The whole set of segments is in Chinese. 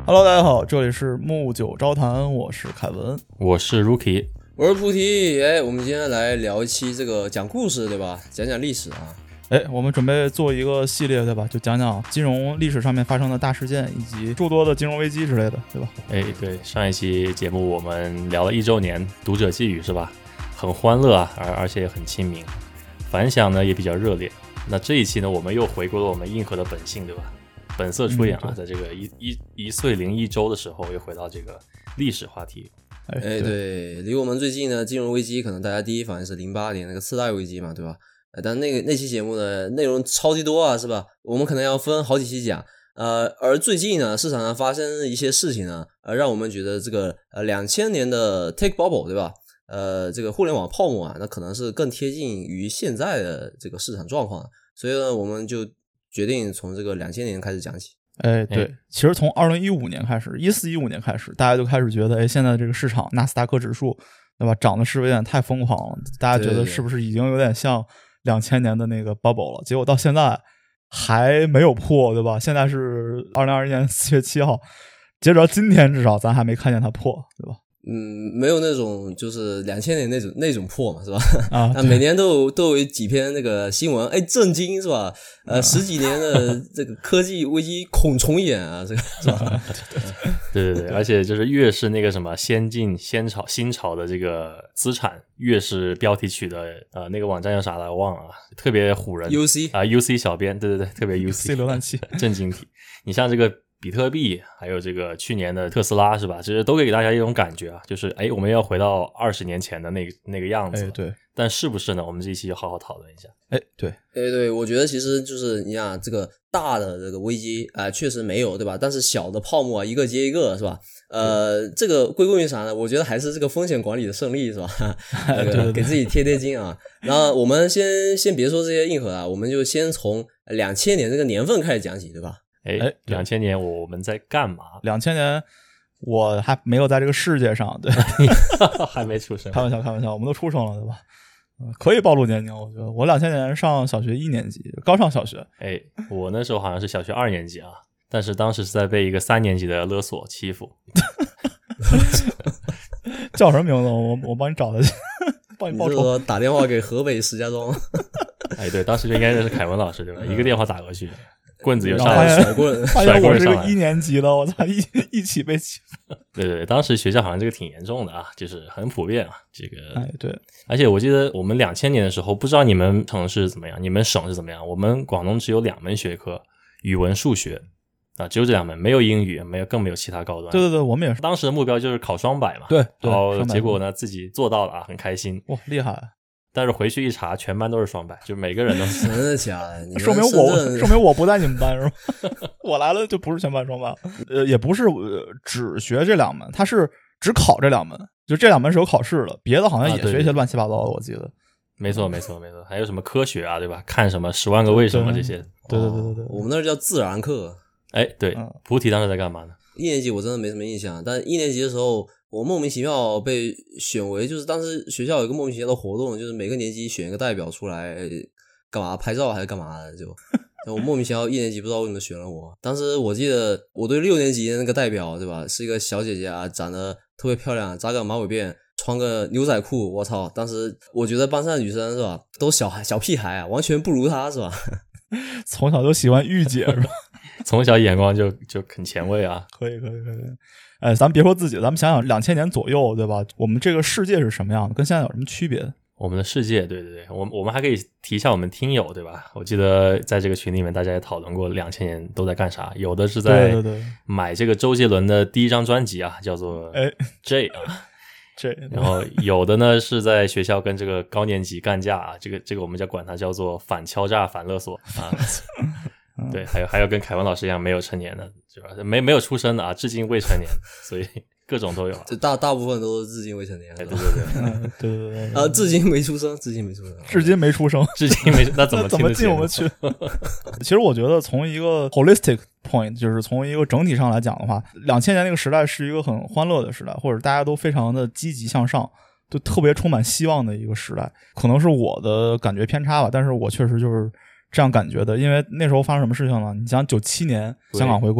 Hello， 大家好，这里是木九招谈，我是凯文， 我是 Rookie， 我是菩提。我们今天来聊一期这个讲故事，对吧？讲讲历史啊。 我们准备做一个系列，对吧？就讲讲金融历史上面发生的大事件，以及诸多的金融危机之类的，对吧？ 对，上一期节目我们聊了1周年读者寄语是吧？很欢乐啊，而且也很亲民，反响呢也比较热烈。那这一期呢，我们又回归了我们硬核的本性，对吧？本色出演啊，在这个一岁零1周的时候，又回到这个历史话题。 对，离我们最近的金融危机，可能大家第一反应是08年那个次贷危机嘛，对吧？但那期节目呢，内容超级多啊，是吧？我们可能要分好几期讲。而最近呢，市场上发生的一些事情呢，让我们觉得这个2000年的 tech bubble， 对吧？这个互联网泡沫啊，那可能是更贴近于现在的这个市场状况，所以呢，我们就决定从这个2000年开始讲起。 对，其实从2015年开始，14、15年开始，大家就开始觉得，现在这个市场纳斯达克指数，对吧，涨的是不是有点太疯狂了？大家觉得是不是已经有点像2000年的那个 bubble 了？结果到现在还没有破，对吧？现在是2021年4月7号，截止到今天，至少咱还没看见它破，对吧？ 没有那种就是2000年那种破嘛，是吧？ 啊， 每年都有几篇那个新闻，震惊是吧？10几年的这个科技危机恐重演啊，这个是吧？ 对，而且就是越是那个什么先进新潮的这个资产，越是标题取的那个网站叫啥来我忘了，特别唬人。UC 小编，对，特别 UC 浏览器震惊体。你像这个比特币还有这个去年的特斯拉是吧，其实都给大家一种感觉啊，就是我们要回到20年前的那个样子。 对， 但是不是呢，我们这一期就好好讨论一下。 对，我觉得其实就是你想这个大的这个危机确实没有，对吧？但是小的泡沫一个接一个，是吧？这个归功于啥呢？我觉得还是这个风险管理的胜利，是吧？ 对， 给自己贴金啊。然后我们先别说这些硬核啊，我们就先从2000年这个年份开始讲起，对吧 ？2000年我们在干嘛 ？2000年我还没有在这个世界上，对还没出生。 开玩笑，我们都出生了，对吧？可以暴露年龄，我觉得我2000年上小学1年级，刚上小学。 我那时候好像是小学2年级啊，但是当时是在被一个3年级的勒索欺负。 叫什么名字？我帮你找的去，帮你报仇。 你说打电话给河北石家庄。 对，当时就应该是凯文老师，对吧？一个电话打过去，棍子就上来，甩棍发现我是个1年级的，我操，一起被欺负。 对，当时学校好像这个挺严重的啊，就是很普遍啊，这个。 对。 而且我记得我们2000年的时候，不知道你们城市怎么样，你们省是怎么样？我们广东只有2门学科，语文、数学啊，只有这2门，没有英语，更没有其他高端。 对，我们也是。 当时的目标就是考双百嘛。 对。 然后结果呢，自己做到了啊，很开心。 哇，厉害！ 但是回去一查，全班都是双百，就每个人都是。 真的假的？ 说明我不在你们班是吧？我来了就不是全班双百，也不是只学这2门，他是只考这2门，就这2门是有考试的，别的好像也学一些乱七八糟的，我记得。 没错，还有什么科学啊，对吧？看什么10万个为什么这些。 对， 我们那叫自然课。 对，菩提当时在干嘛呢 ？1年级我真的没什么印象，但1年级的时候，我莫名其妙被选为，就是当时学校有一个莫名其妙的活动，就是每个年级选一个代表出来，干嘛拍照还是干嘛的，就我莫名其妙1年级不知道为什么选了我。当时我记得我对6年级的那个代表，对吧，是一个小姐姐啊，长得特别漂亮，扎个马尾辫，穿个牛仔裤，我操！当时我觉得班上的女生是吧，都小屁孩啊，完全不如她，是吧？ 从小就喜欢御姐是吧？ 从小眼光就很前卫啊。 可以。咱们别说自己，咱们想想2000年左右，对吧？我们这个世界是什么样的，跟现在有什么区别？ 我们的世界，对，我们还可以提一下我们听友，对吧？我记得在这个群里面大家也讨论过2000年都在干啥，有的是在买这个周杰伦的第1张专辑啊，叫做 J 啊。然后有的呢是在学校跟这个高年级干架啊，这个我们就管它叫做反敲诈、反勒索啊。对，还有跟凯文老师一样没有成年的，是吧？没有出生的啊，至今未成年，所以各种都有。 这大部分都是至今未成年。 对。 对。 至今没出生， 至今没出生， 那怎么进我们去？其实我觉得从一个 holistic point， 就是从一个整体上来讲的话，2000年那个时代是一个很欢乐的时代，或者大家都非常的积极向上，就特别充满希望的一个时代。可能是我的感觉偏差吧，但是我确实就是这样感觉的。因为那时候发生什么事情了？你想97年香港回归，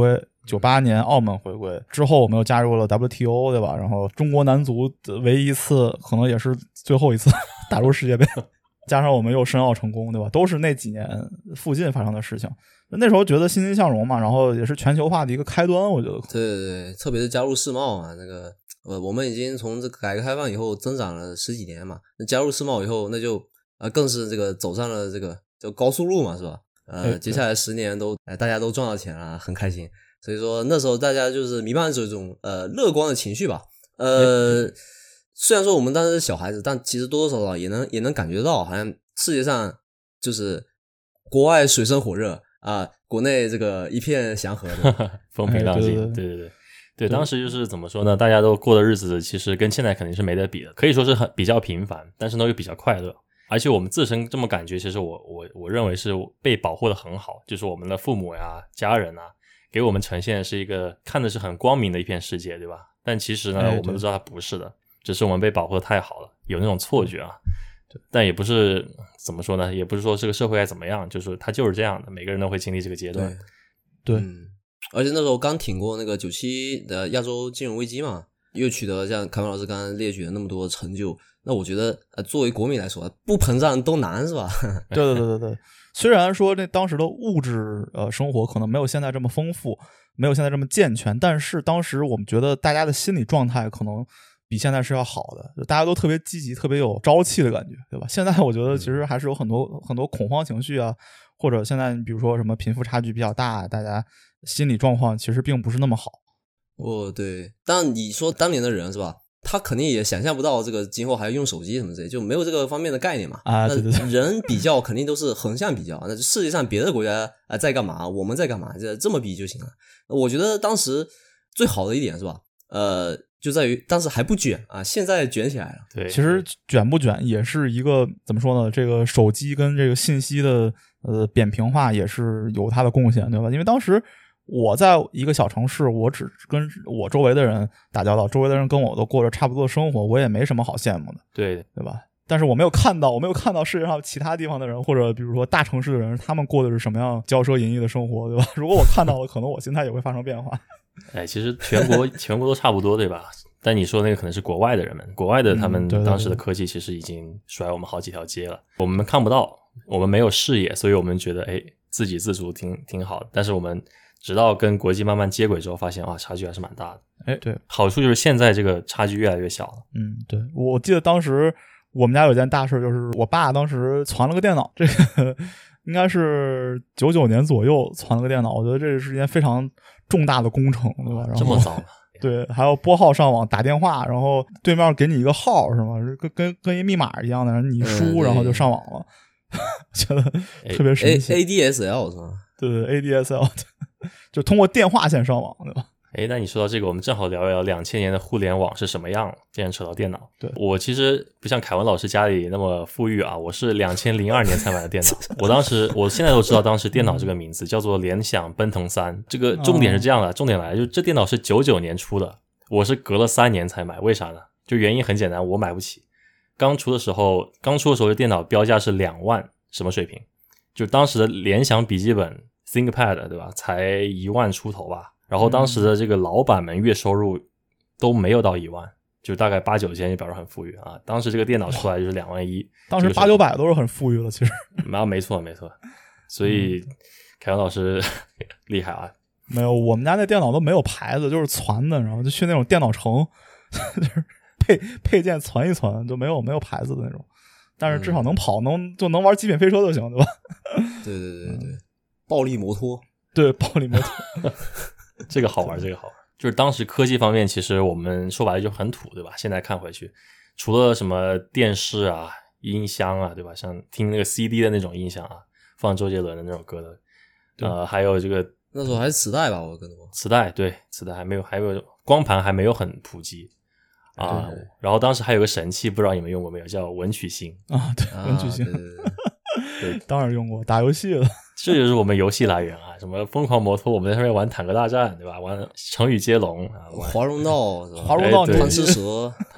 98年澳门回归之后，我们又加入了 WTO， 对吧？然后中国男足唯一一次，可能也是最后一次打入世界杯，加上我们又申奥成功，对吧？都是那几年附近发生的事情。那时候觉得欣欣向荣嘛，然后也是全球化的一个开端，我觉得。 对对对，特别是加入世贸啊，那个我们已经从这个改革开放以后增长了10几年嘛，那加入世贸以后，那就更是这个走上了这个就高速路嘛，是吧？接下来10年都大家都赚到钱了，很开心。所以说那时候大家就是弥漫着这种乐观的情绪吧。虽然说我们当时是小孩子，但其实多多少少也能感觉到，好像世界上就是国外水深火热啊，国内这个一片祥和的风平浪静。对，当时就是怎么说呢？大家都过的日子其实跟现在肯定是没得比的，可以说是比较平凡，但是呢又比较快乐。而且我们自身这么感觉，其实我认为是被保护的很好，就是我们的父母呀、家人啊，给我们呈现的是一个看的是很光明的一片世界，对吧？但其实呢，我们都知道它不是的，只是我们被保护的太好了，有那种错觉啊。但也不是怎么说呢，也不是说这个社会该怎么样，就是它就是这样的，每个人都会经历这个阶段。 对， 而且那时候刚挺过那个97的亚洲金融危机嘛，又取得像凯文老师刚刚列举的那么多成就，那我觉得作为国民来说，不膨胀都难，是吧？ 对。虽然说这当时的物质生活可能没有现在这么丰富，没有现在这么健全，但是当时我们觉得大家的心理状态可能比现在是要好的，就大家都特别积极，特别有朝气的感觉，对吧？现在我觉得其实还是有很多恐慌情绪啊，或者现在比如说什么贫富差距比较大，大家心理状况其实并不是那么好。 对，但你说当年的人是吧？他肯定也想象不到这个今后还要用手机什么之类，就没有这个方面的概念嘛。 对。 那人比较肯定都是横向比较，那世界上别的国家在干嘛，我们在干嘛，这么比就行了。我觉得当时最好的一点是吧？就在于当时还不卷啊，现在卷起来了。 对， 其实卷不卷也是一个怎么说呢？这个手机跟这个信息的扁平化也是有它的贡献，对吧？因为当时我在一个小城市，我只跟我周围的人打交道，周围的人跟我都过着差不多的生活，我也没什么好羡慕的，对吧？但是我没有看到世界上其他地方的人，或者比如说大城市的人，他们过的是什么样骄奢淫逸的生活，对吧？如果我看到了，可能我心态也会发生变化。 其实全国都差不多，对吧？但你说那个可能是国外的人们，国外的他们当时的科技其实已经甩我们好几条街了，我们看不到，我们没有视野，所以我们觉得自给自足挺好的。但是我们直到跟国际慢慢接轨之后，发现差距还是蛮大的。 对， 好处就是现在这个差距越来越小了。 对，我记得当时我们家有件大事，就是我爸当时传了个电脑，这个应该是99年左右传了个电脑，我觉得这是一件非常重大的工程，对吧？然后这么早呢？ 对，还要拨号上网打电话，然后对面给你一个号是吗？跟一密码一样的，你输然后就上网了，觉得特别神奇。 ADSL 是吗？ 对，ADSL 就通过电话线上网，对吧？ 那你说到这个，我们正好聊一聊2000年的互联网是什么样。既然扯到电脑， 对， 我其实不像凯文老师家里那么富裕啊，我是2002年才买的电脑。我现在都知道当时电脑这个名字叫做联想奔腾3。这个重点是这样的，重点来了，就这电脑是99年出的，我是隔了3年才买，为啥呢？就原因很简单，我买不起。刚出的时候这电脑标价是2万，什么水平？就当时的联想笔记本 ThinkPad 对吧，才1万出头吧。然后当时的这个老板们月收入都没有到1万，就大概8-9千就表示很富裕啊。当时这个电脑出来就是2万1， 当时800-900都是很富裕了，其实。 没错，所以凯文老师厉害啊。 没有，我们家那电脑都没有牌子，就是攒的，然后就去那种电脑城，就是配件攒一攒，就没有牌子的那种。但是至少能跑，能玩极品飞车就行，对吧？ 对，暴力摩托。 对，暴力摩托。 这个好玩。就是当时科技方面其实我们说白了就很土，对吧？现在看回去，除了什么电视啊、音箱啊，对吧？像听那个 CD 的那种音箱啊，放周杰伦的那首歌的，还有这个那时候还是磁带吧，我跟你说。 磁带，对，磁带还没有光盘还没有很普及啊。然后当时还有个神器，不知道你们用过没有，叫文曲星啊，对，文曲星。 对， 当然用过，打游戏了。 这就是我们游戏来源啊，什么疯狂摩托，我们在上面玩坦克大战，对吧？玩成语接龙啊， 华容道是吧？ 华容道贪吃蛇，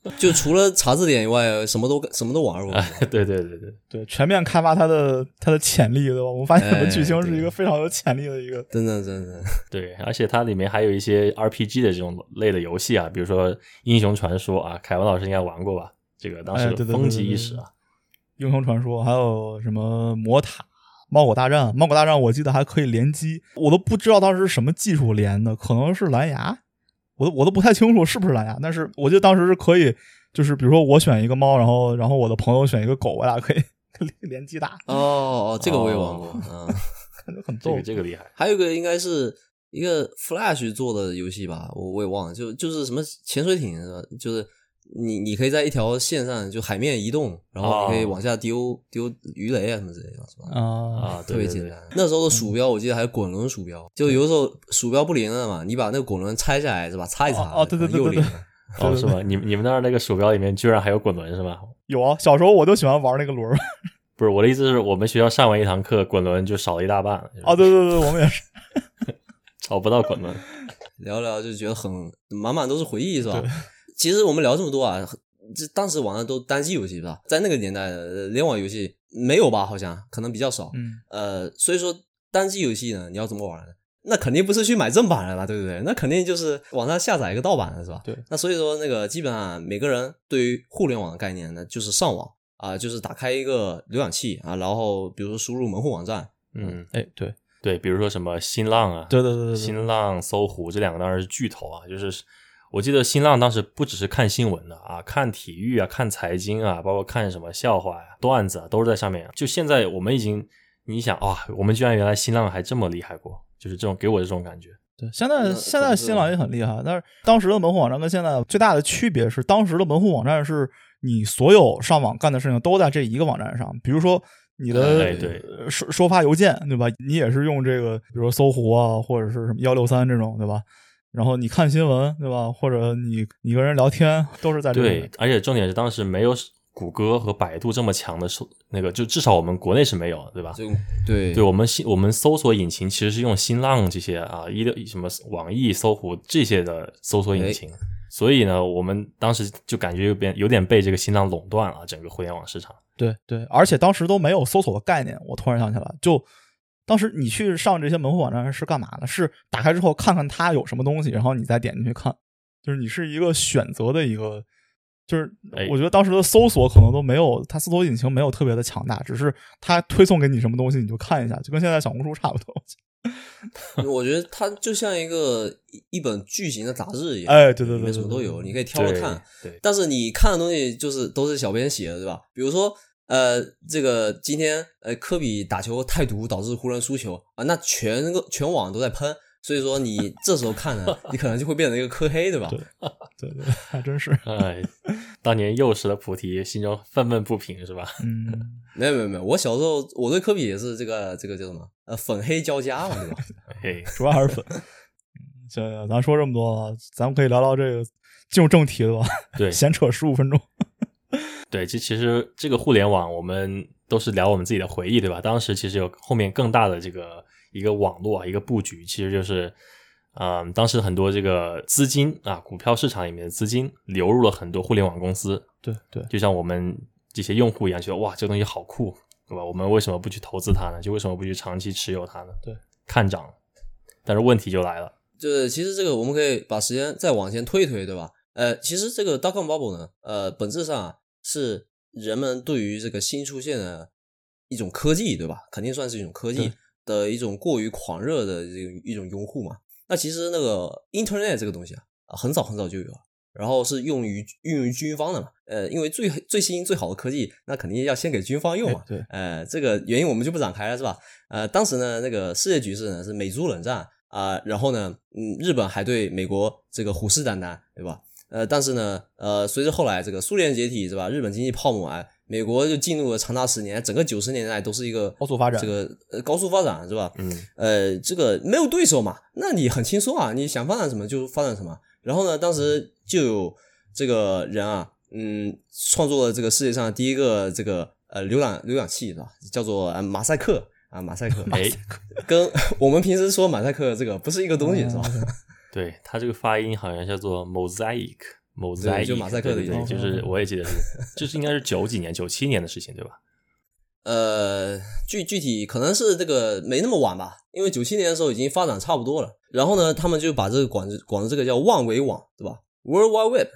就除了查字典以外，什么都玩过。 对， 全面开发它的潜力，对吧？我们发现我们巨星是一个非常有潜力的一个， 真的。 对，而且它里面还有一些 RPG 的这种类的游戏啊，比如说英雄传说啊，凯文老师应该玩过吧？这个当时风靡一时啊。 英雄传说还有什么魔塔、猫狗大战我记得还可以联机，我都不知道当时是什么技术连的，可能是蓝牙，我都不太清楚是不是蓝牙，但是我记得当时是可以，就是比如说我选一个猫，然后我的朋友选一个狗，我俩可以联机打。 这个我也玩过， 感觉很逗， 这个厉害。 还有一个应该是一个 Flash 做的游戏吧，我也忘了，就是什么潜水艇是吧？就是你可以在一条线上就海面移动，然后你可以往下丢鱼雷啊什么之类的，是吧？特别简单。那时候的鼠标我记得还有滚轮鼠标，就有的时候鼠标不灵了嘛，你把那个滚轮拆下来是吧？擦一擦， 对， 又灵了。 是吧？你们那儿那个鼠标里面居然还有滚轮是吧？ 有啊，小时候我就喜欢玩那个轮。 不是，我的意思是我们学校上完一堂课，滚轮就少了一大半。 对，我们也是找不到滚轮。 聊聊就觉得满满都是回忆是吧？其实我们聊这么多啊，当时玩的都单机游戏是吧？在那个年代的联网游戏没有吧？好像可能比较少。所以说单机游戏呢，你要怎么玩呢？那肯定不是去买正版的吧，对不对？那肯定就是网上下载一个盗版的是吧？ 对。 那所以说那个基本上每个人对于互联网的概念呢，就是上网啊，就是打开一个浏览器啊，然后比如说输入门户网站。 对，比如说什么新浪啊， 对， 新浪、搜狐这两个当然是巨头啊，就是我记得新浪当时不只是看新闻的啊，看体育啊，看财经啊，包括看什么笑话呀、段子啊，都是在上面。就现在我们已经，你想我们居然原来新浪还这么厉害过，就是这种给我这种感觉。 对，现在新浪也很厉害，但是当时的门户网站跟现在最大的区别是，当时的门户网站是你所有上网干的事情都在这一个网站上，比如说你的收发邮件，对吧？你也是用这个，比如说搜狐啊，或者是什么163这种，对吧？然后你看新闻，对吧？或者你跟人聊天，都是在这里。 对，而且重点是当时没有谷歌和百度这么强的那个，就至少我们国内是没有的，对吧？对，我们搜索引擎其实是用新浪这些啊，什么网易、搜狐这些的搜索引擎。所以呢，我们当时就感觉有点被这个新浪垄断了整个互联网市场。 对，而且当时都没有搜索的概念。我突然想起来，就当时你去上这些门户网站是干嘛呢？是打开之后看看它有什么东西，然后你再点进去看，就是你是一个选择的一个。就是我觉得当时的搜索可能都没有，它搜索引擎没有特别的强大，只是它推送给你什么东西你就看一下，就跟现在小红书差不多。 我觉得它就像一本巨型的杂志一样， 对， 里面什么都有，你可以挑着看。 对， 但是你看的东西都是小编写的，对吧？比如说这个今天科比打球太毒导致湖人输球啊，那全网都在喷。所以说你这时候看呢，你可能就会变成一个科黑，对吧？ 对，还真是。 当年幼时的菩提心中愤懑不平是吧？ 没有，我小时候我对科比也是这个叫什么粉黑交加嘛，对吧？ 主要还是粉。行，咱说这么多了，咱们可以聊聊这个进入正题了吧？ 对， 闲扯15分钟。 对，其实这个互联网我们都是聊我们自己的回忆，对吧？当时其实有后面更大的这个一个网络一个布局，其实就是当时很多这个资金啊，股票市场里面的资金流入了很多互联网公司。 对， 就像我们这些用户一样，觉得哇，这个东西好酷，对吧？我们为什么不去投资它呢？就为什么不去长期持有它呢？ 对， 看涨。但是问题就来了， 就是其实这个我们可以把时间再往前推一推，对吧？其实这个 .com bubble 呢，本质上是人们对于这个新出现的一种科技，对吧？肯定算是一种科技的一种过于狂热的一种拥护嘛。那其实那个 Internet 这个东西很早就有了，然后是运用于军方的嘛。因为最新最好的科技，那肯定要先给军方用嘛。 对， 这个原因我们就不展开了，是吧？当时呢，那个世界局势呢是美苏冷战然后呢，日本还对美国这个虎视眈眈，对吧？但是呢，随着后来这个苏联解体，是吧？日本经济泡沫美国就进入了长达10年，整个90年代都是一个高速发展， 这个高速发展是吧？这个没有对手嘛，那你很轻松你想发展什么就发展什么。然后呢，当时就有这个人创作了这个世界上第一个这个浏览器是吧？叫做马赛克马赛克，跟我们平时说马赛克这个不是一个东西是吧？ 对，它这个发音好像叫做 mosaic， Mosaic， 就马赛克的对，就是我也记得是，就是应该是97年的事情，对吧？ 具体可能是这个没那么晚吧，因为97年的时候已经发展差不多了。然后呢，他们就把这个管着这个叫万维网，对吧 ？World Wide Web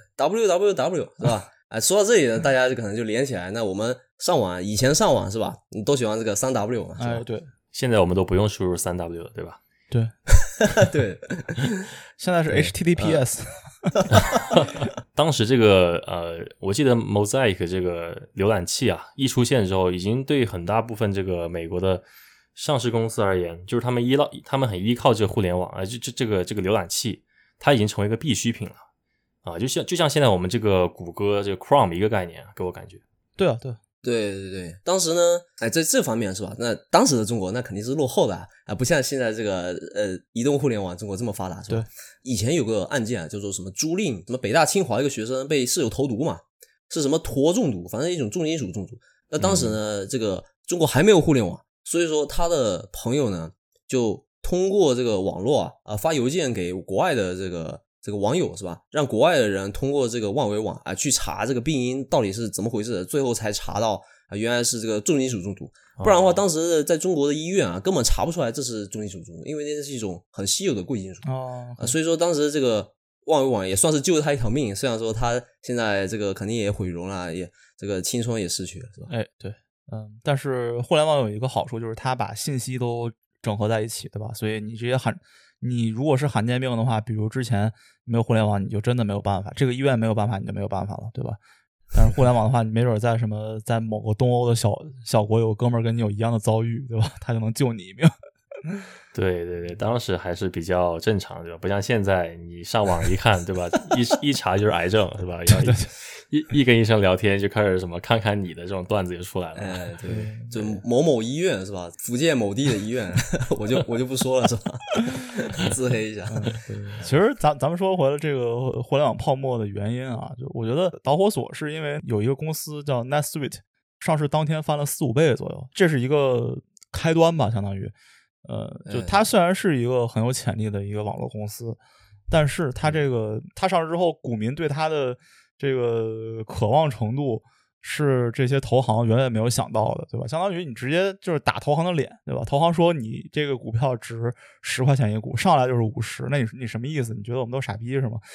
WWW 是吧？说到这里呢，大家就可能就连起来。那我们上网，以前上网是吧？你都喜欢这个 3W 嘛？是吧？ 对。 现在我们都不用输入 3W 了，对吧？ 对。 对。 现在是 HTTPS。 当时这个我记得 Mosaic 这个浏览器啊一出现之后，已经对很大部分这个美国的上市公司而言，就是他们很依靠这个互联网啊，这个浏览器，它已经成为一个必需品了啊，就像现在我们这个谷歌这个 Chrome 一个概念，给我感觉。 对啊， 对，当时呢，在这方面是吧？那当时的中国那肯定是落后的啊，不像现在这个移动互联网中国这么发达，是吧？ 对， 以前有个案件啊，叫做什么租赁，什么北大清华一个学生被室友投毒嘛，是什么铊中毒，反正一种重金属中毒。那当时呢，这个中国还没有互联网，所以说他的朋友呢就通过这个网络发邮件给国外的这个网友是吧？让国外的人通过这个万维网去查这个病因到底是怎么回事，最后才查到原来是这个重金属中毒。不然的话，当时在中国的医院根本查不出来这是重金属中毒，因为那是一种很稀有的贵金属所以说当时这个万维网也算是救了他一条命，虽然说他现在这个肯定也毁容了，也这个青春也失去了，是吧？ 对，但是互联网有一个好处，就是它把信息都整合在一起，对吧？所以你如果是罕见病的话，比如之前没有互联网，你就真的没有办法，这个医院没有办法，你就没有办法了，对吧？但是互联网的话，你没准在某个东欧的小国有哥们儿跟你有一样的遭遇，对吧？他就能救你一命。 对，当时还是比较正常，对吧？不像现在你上网一看，对吧？一查就是癌症，是吧？要一跟医生聊天就开始什么看看你的这种段子就出来了。 对，就某某医院是吧？福建某地的医院，我就不说了是吧？自黑一下。 其实咱们说回了这个互联网泡沫的原因啊，就我觉得导火索是因为有一个公司叫 NetSuite， 上市当天翻了4-5倍左右，这是一个开端吧，相当于。就它虽然是一个很有潜力的一个网络公司，但是它上市之后，股民对它的这个渴望程度是这些投行远远没有想到的，对吧？相当于你直接就是打投行的脸，对吧？投行说你这个股票值10块钱一股，上来就是50，那你什么意思？你觉得我们都傻逼是吗？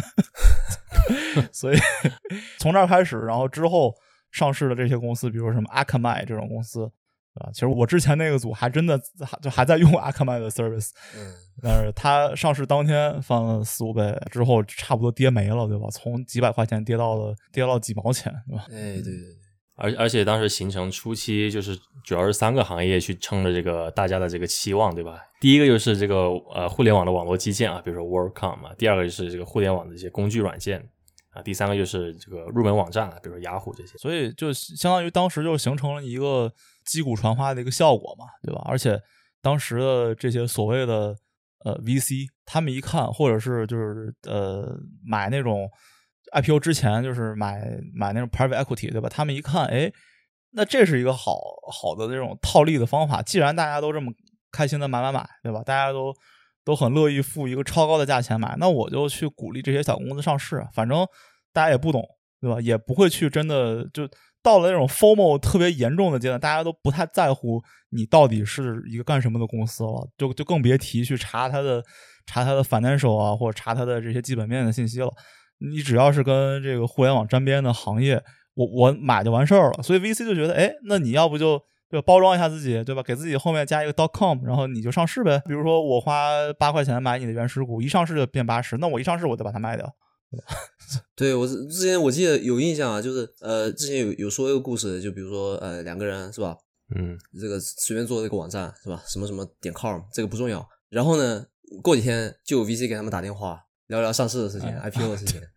所以从这儿开始，然后之后上市的这些公司，比如什么 Akamai 这种公司。其实我之前那个组还真的还在用 Akamai 的 service，但是它上市当天翻了4-5倍之后，差不多跌没了，对吧？从几百块钱跌到几毛钱，对吧？ 对。 而且当时形成初期，就是主要是3个行业去撑着这个大家的这个期望，对吧？第一个就是这个互联网的网络基建啊，比如说 WorldCom 啊；第二个就是这个互联网的这些工具软件啊；第3个就是这个入门网站啊，比如说雅虎这些。 所以就相当于当时就形成了一个击鼓传花的一个效果嘛，对吧？而且当时的这些所谓的VC， 他们一看，或者是就是买那种 IPO 之前就是买那种 private equity， 对吧？他们一看，那这是一个好的这种套利的方法。既然大家都这么开心的买，对吧？大家都很乐意付一个超高的价钱买，那我就去鼓励这些小公司上市，反正大家也不懂，对吧？也不会去真的就到了那种 FOMO 特别严重的阶段，大家都不太在乎你到底是一个干什么的公司了，就更别提去查它的 financial 啊，或者查它的这些基本面的信息了。你只要是跟这个互联网沾边的行业，我买就完事儿了。所以 VC 就觉得，那你要不就包装一下自己，对吧？给自己后面加一个 .com， 然后你就上市呗。比如说我花8块钱买你的原始股，一上市就变80，那我一上市我就把它卖掉。 对，我之前我记得有印象啊，就是之前有说一个故事，就比如说2个人是吧？这个随便做这个网站是吧？什么什么.com， 这个不重要。然后呢，过几天就有 VC 给他们打电话，聊聊上市的事情，IPO 的事情。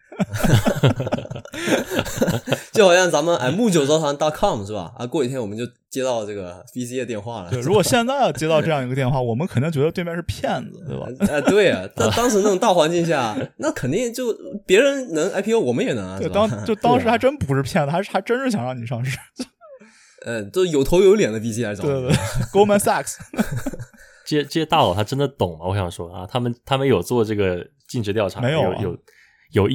就好像咱们木九招商 .com 是吧？过几天我们就接到这个 VC 的电话了。 对，如果现在要接到这样一个电话，我们肯定觉得对面是骗子，对吧？ 对啊，当时那种大环境下，那肯定就别人能 IPO， 我们也能啊。 对，当时还真不是骗子，还真是想让你上市。 都有头有脸的 VC 来找。 对，Goldman Sachs。 这些大佬他真的懂吗？我想说啊，他们有做这个尽职调查， 没有有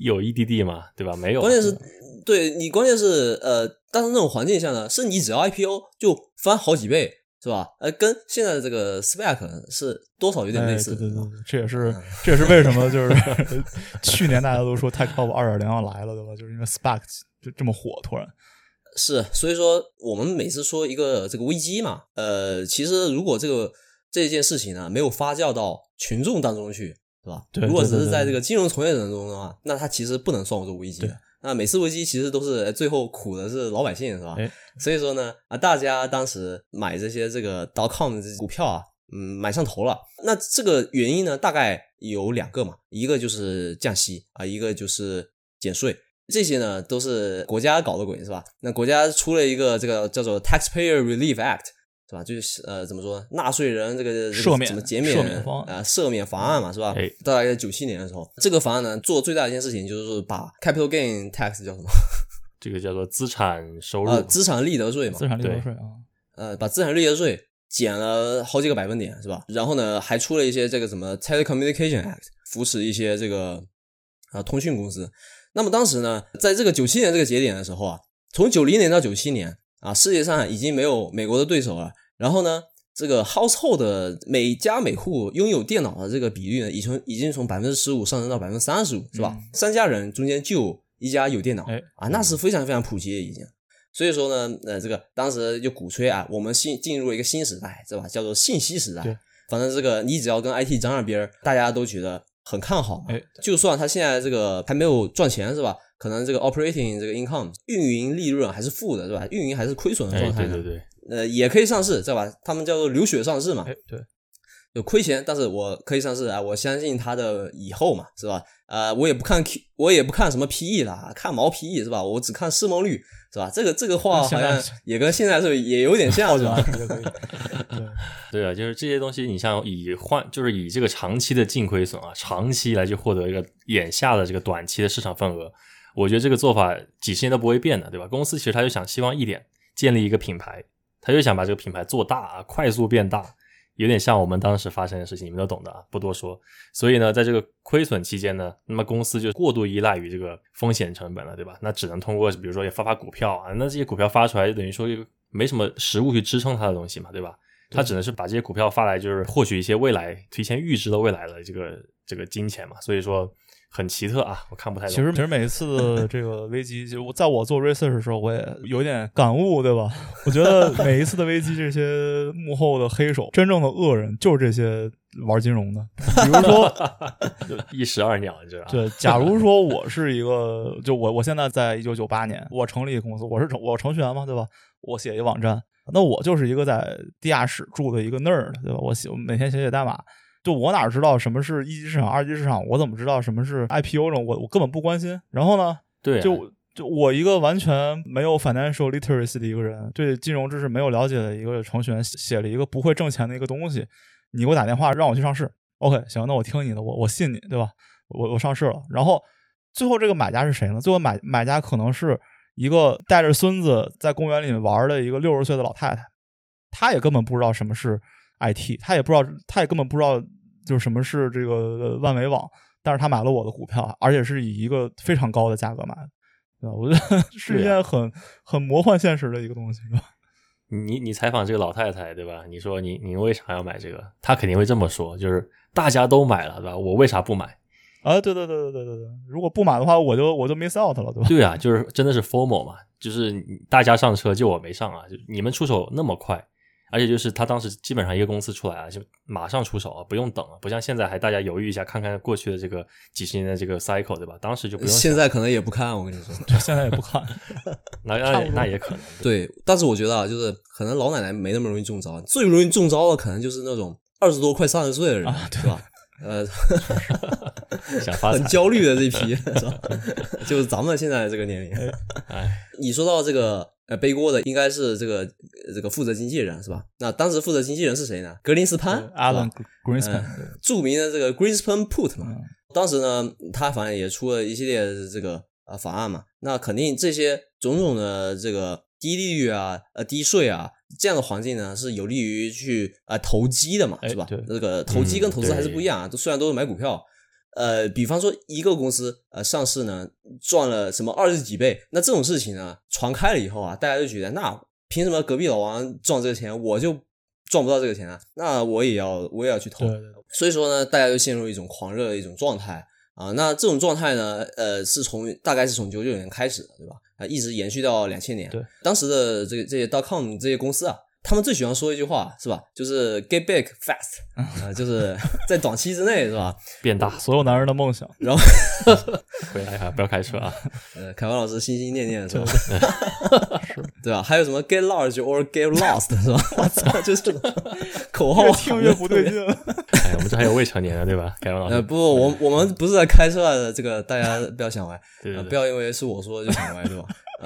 EDD 吗？对吧？没有。 关键是对你关键是但是那种环境下呢，是你只要 IPO 就翻好几倍，是吧？跟现在的这个 SPAC 是多少有点类似。 对，这也是为什么就是去年大家都说 TechPop 2.0 要来了，对吧？就是因为 SPAC 就这么火，突然。 是，所以说我们每次说一个这个危机嘛，其实如果这件事情呢没有发酵到群众当中去，是吧？ 对， 如果只是在这个金融从业者中的话，那它其实不能算作危机。那每次危机其实都是最后苦的是老百姓，是吧？所以说呢，大家当时买这些这个 .com 的这些股票啊，买上头了。那这个原因呢，大概有2个嘛，一个就是降息啊，一个就是减税。这些呢都是国家搞的鬼，是吧？那国家出了一个这个叫做 Taxpayer Relief Act， 是吧？就是怎么说，纳税人这个怎么减免赦免法案嘛，是吧？大概97年的时候，这个法案呢做最大的一件事情就是把 Capital Gain Tax 叫什么？ 这个叫做资产收入， 资产利得税嘛， 资产利得税啊，把资产利得税减了好几个%，是吧？然后呢还出了一些这个什么 Telecommunication Act， 扶持一些这个通讯公司。那么当时呢，在这个97年这个节点的时候啊，从90年到97年啊，世界上已经没有美国的对手了。然后呢，这个 household 的每家每户拥有电脑的这个比率呢，已经从 15% 上升到 35%， 是吧？3家人中间就有1家有电脑那是非常非常普及的已经。所以说呢，这个当时就鼓吹我们进入了一个新时代，是吧？叫做信息时代。反正这个你只要跟 IT 沾上边，大家都觉得很看好嘛。就算他现在这个还没有赚钱，是吧？可能这个 operating 这个 income 运营利润还是负的，是吧？运营还是亏损的状态呢。 对， 也可以上市，知道吧？他们叫做流血上市嘛。 对， 有亏钱，但是我可以上市我相信它的以后嘛，是吧？我也不看什么 PE 啦，看毛 PE 是吧？我只看市梦率，是吧？这个话好像也跟现在是也有点像，是吧？ 对啊，就是这些东西，你像就是以这个长期的净亏损长期来去获得一个眼下的这个短期的市场份额，我觉得这个做法几十年都不会变的，对吧？公司其实他就希望一点，建立一个品牌，他就想把这个品牌做大快速变大，有点像我们当时发生的事情，你们都懂的不多说。所以呢，在这个亏损期间呢，那么公司就过度依赖于这个风险成本了，对吧？那只能通过比如说也发股票那这些股票发出来就等于说没什么实物去支撑它的东西嘛，对吧？他只能是把这些股票发来，就是获取一些未来提前预知的未来的这个金钱嘛，所以说很奇特我看不太懂。 其实每一次的这个危机，就在我做 research 的时候，我也有点感悟，对吧？我觉得每一次的危机，这些幕后的黑手，真正的恶人就是这些玩金融的。比如说一石二鸟，你知道吧？ 对，假如说我是一个，就我现在在1998年，我成立一个公司，我程序员嘛，对吧？我写一个网站。那我就是一个在地下室住的一个 nerd， 对吧？我每天写代码，就我哪知道什么是一级市场、二级市场？我怎么知道什么是 IPO 呢？我根本不关心。然后呢， 对就我一个完全没有 financial literacy 的一个人，对金融知识没有了解的一个程序员，写了一个不会挣钱的一个东西，你给我打电话让我去上市 ，OK， 行，那我听你的，我信你，对吧？我上市了，然后最后这个买家是谁呢？最后买家可能是一个带着孙子在公园里面玩的一个60岁的老太太，她也根本不知道什么是 IT， 她也根本不知道就是什么是这个万维网，但是她买了我的股票，而且是以一个非常高的价格买的，对吧？我觉得是一件很魔幻现实的一个东西，对吧？ 你采访这个老太太，对吧？你说你为啥要买这个？她肯定会这么说，就是大家都买了，对吧？我为啥不买？ 对，如果不买的话，我就 miss out 了，对吧？ 对啊，就是真的是 FOMO 嘛，就是大家上车就我没上就你们出手那么快，而且就是他当时基本上一个公司出来就马上出手不用等不像现在还大家犹豫一下，看看过去的这个几十年的这个 cycle， 对吧？当时就不用想， 现在可能也不看，我跟你说， 现在也不看， 那也可能对，但是我觉得就是可能老奶奶没那么容易中招，最容易中招的可能就是那种20多快30岁的人，对吧？ 想发财很焦虑的这批是吧？就是咱们现在的这个年龄。你说到这个背锅的应该是这个负责经纪人是吧？那当时负责经纪人是谁呢？格林斯潘 Alan Greenspan， 著名的这个 Greenspan Put 嘛。当时呢，他反正也出了一系列的这个法案嘛。那肯定这些种种的这个低利率低税这样的环境呢，是有利于去投机的嘛，是吧？这个投机跟投资还是不一样虽然都是买股票。 比方说一个公司上市呢赚了什么20几倍，那这种事情呢传开了以后啊，大家就觉得那凭什么隔壁老王赚这个钱，我就赚不到这个钱啊？那我也要去投。 对， 所以说呢，大家就陷入一种狂热的一种状态啊。那这种状态呢，大概是从99年开始的，对吧？一直延续到2000年。 对， 当时的这些 .com 这些公司啊，他们最喜欢说一句话是吧？就是 get big fast，就是在短期之内是吧？ 变大， 所有男人的梦想。 然后回来啊，不要开车啊。 凯文老师心心念念是吧？ 是， 对吧？还有什么 get large or get lost 是吧？我操，就是这种口号， 越听越不对劲。 哎，我们这还有未成年的对吧？凯文老师， 不，我们不是在开车的，这个大家不要想歪， 对， 不要因为是我说就想歪，对吧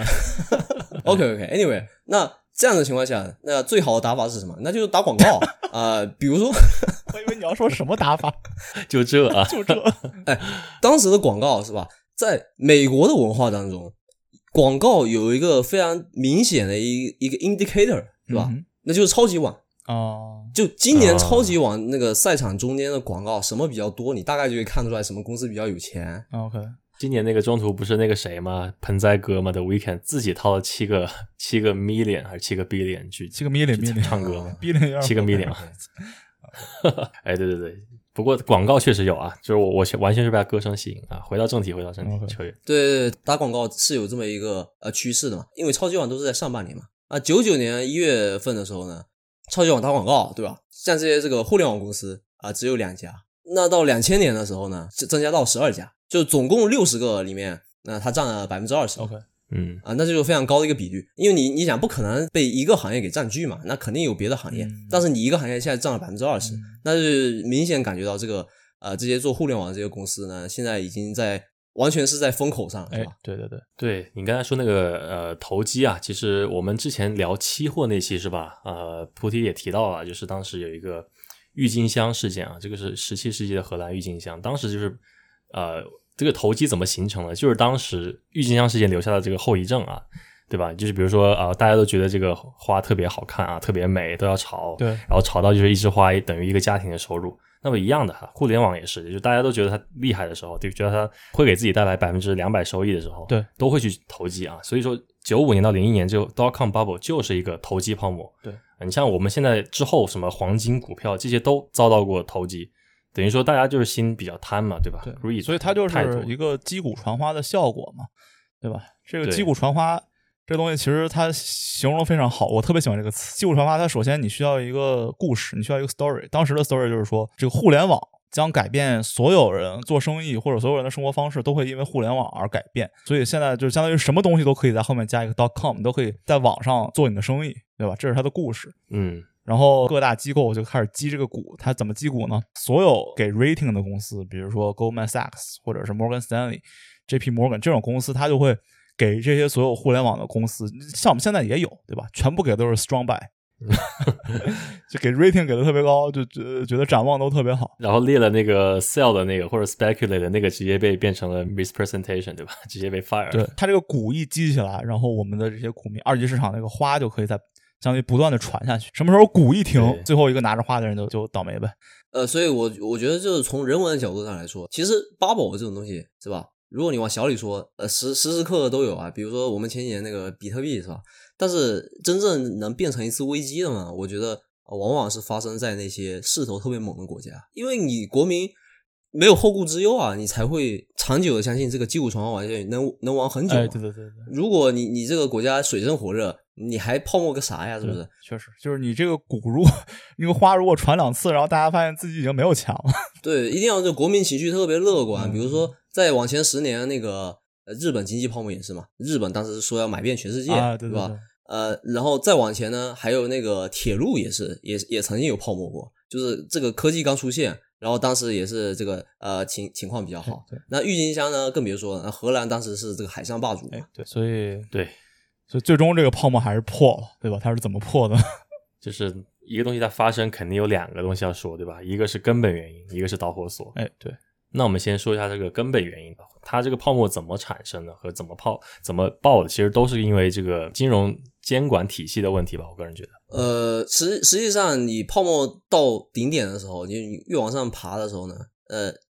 ？OK，Anyway， 那这样的情况下，那最好的打法是什么？那就是打广告比如说， 我以为你要说什么打法， 就这啊， 就这。 哎，当时的广告是吧？在美国的文化当中，广告有一个非常明显的一个 indicator 是吧？那就是超级碗。就今年超级碗那个赛场中间的广告什么比较多，你大概就会看出来什么公司比较有钱。 OK， 今年那个中途不是那个谁吗？盆栽哥吗的 Weekend 自己掏了7个 million 还是7个 billion 去 7个 million 唱歌吗 ？7 个 million 哎，对，不过广告确实有啊，就是我完全是被他歌声吸引啊。回到正题，球员。 对，打广告是有这么一个趋势的嘛，因为超级碗都是在上半年嘛。99年1月份的时候呢，超级碗打广告，对吧？像这些这个互联网公司只有2家。那到2000年的时候呢，增加到12家，就总共60个里面，那它占了 20%。 OK， 那这就非常高的一个比率，因为你想不可能被一个行业给占据嘛，那肯定有别的行业，但是你一个行业现在占了 20%，那就明显感觉到这个这些做互联网的这些公司呢，现在已经完全是在风口上，是吧？ 对，你刚才说那个投机啊，其实我们之前聊期货那期是吧？菩提也提到了，就是当时有一个郁金香事件啊，这个是17世纪的荷兰郁金香，当时就是这个投机怎么形成的？就是当时郁金香事件留下的这个后遗症啊，对吧？就是比如说大家都觉得这个花特别好看啊，特别美，都要炒， 对， 然后炒到就是一枝花等于一个家庭的收入。那么一样的互联网也是，就大家都觉得它厉害的时候，就觉得它会给自己带来200%收益的时候， 对， 都会去投机啊。所以说95年到01年这个 .com bubble 就是一个投机泡沫。 对， 你像我们现在之后什么黄金股票这些都遭到过投机，等于说大家就是心比较贪嘛，对吧？ 对，所以它就是一个击鼓传花的效果嘛，对吧？这个击鼓传花这个东西其实它形容非常好，我特别喜欢这个词。击鼓传花，它首先你需要一个故事，你需要一个 story。当时的 story 就是说，这个互联网将改变所有人做生意或者所有人的生活方式，都会因为互联网而改变。所以现在就相当于什么东西都可以在后面加一个 .com， 你都可以在网上做你的生意，对吧？这是它的故事。然后各大机构就开始击这个鼓，它怎么击鼓呢？所有给 rating 的公司，比如说 Goldman Sachs 或者是 Morgan Stanley、JP Morgan 这种公司，它就会给这些所有互联网的公司，像我们现在也有，对吧？全部给的都是 strong buy， 就给 rating 给的特别高，就觉得展望都特别好。 然后列了那个 sell 的那个或者 speculate 的那个，直接被变成了 mispresentation， 对吧？直接被 fire。 对，它这个鼓一击起来，然后我们的这些股民，二级市场那个花就可以在相当于不断的传下去。什么时候鼓一停，最后一个拿着花的人就倒霉呗。 所以我觉得就是从人文的角度上来说，其实 bubble 这种东西是吧？如果你往小里说，时时刻刻都有啊。比如说我们前几年那个比特币是吧？但是真正能变成一次危机的嘛，我觉得往往是发生在那些势头特别猛的国家，因为你国民没有后顾之忧啊，你才会长久的相信这个击鼓传花玩笑能玩很久。 对。 如果你这个国家水深火热，你还泡沫个啥呀？是不是？ 确实，就是你这个鼓如果那个花如果传2次，然后大家发现自己已经没有钱了。对， 一定要这国民情绪特别乐观。比如说再往前10年，那个日本经济泡沫也是嘛，日本当时说要买遍全世界， 对吧？然后再往前呢，还有那个铁路也曾经有泡沫过，就是这个科技刚出现。然后当时也是这个情况比较好。那郁金香呢更别说了，荷兰当时是这个海上霸主嘛。 对，所以最终这个泡沫还是破了，对吧？它是怎么破的？ 就是一个东西它发生肯定有2个东西要说，对吧？一个是根本原因，一个是导火索。 对。 那我们先说一下这个根本原因吧。它这个泡沫怎么产生的和怎么爆的，其实都是因为这个金融监管体系的问题吧，我个人觉得。 实际上你泡沫到顶点的时候，你越往上爬的时候呢，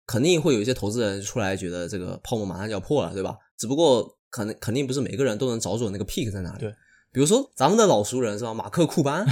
肯定会有一些投资人出来觉得这个泡沫马上就要破了，对吧？只不过肯定不是每个人都能找准那个 peak 在哪里。 对， 比如说咱们的老熟人是吧，马克库班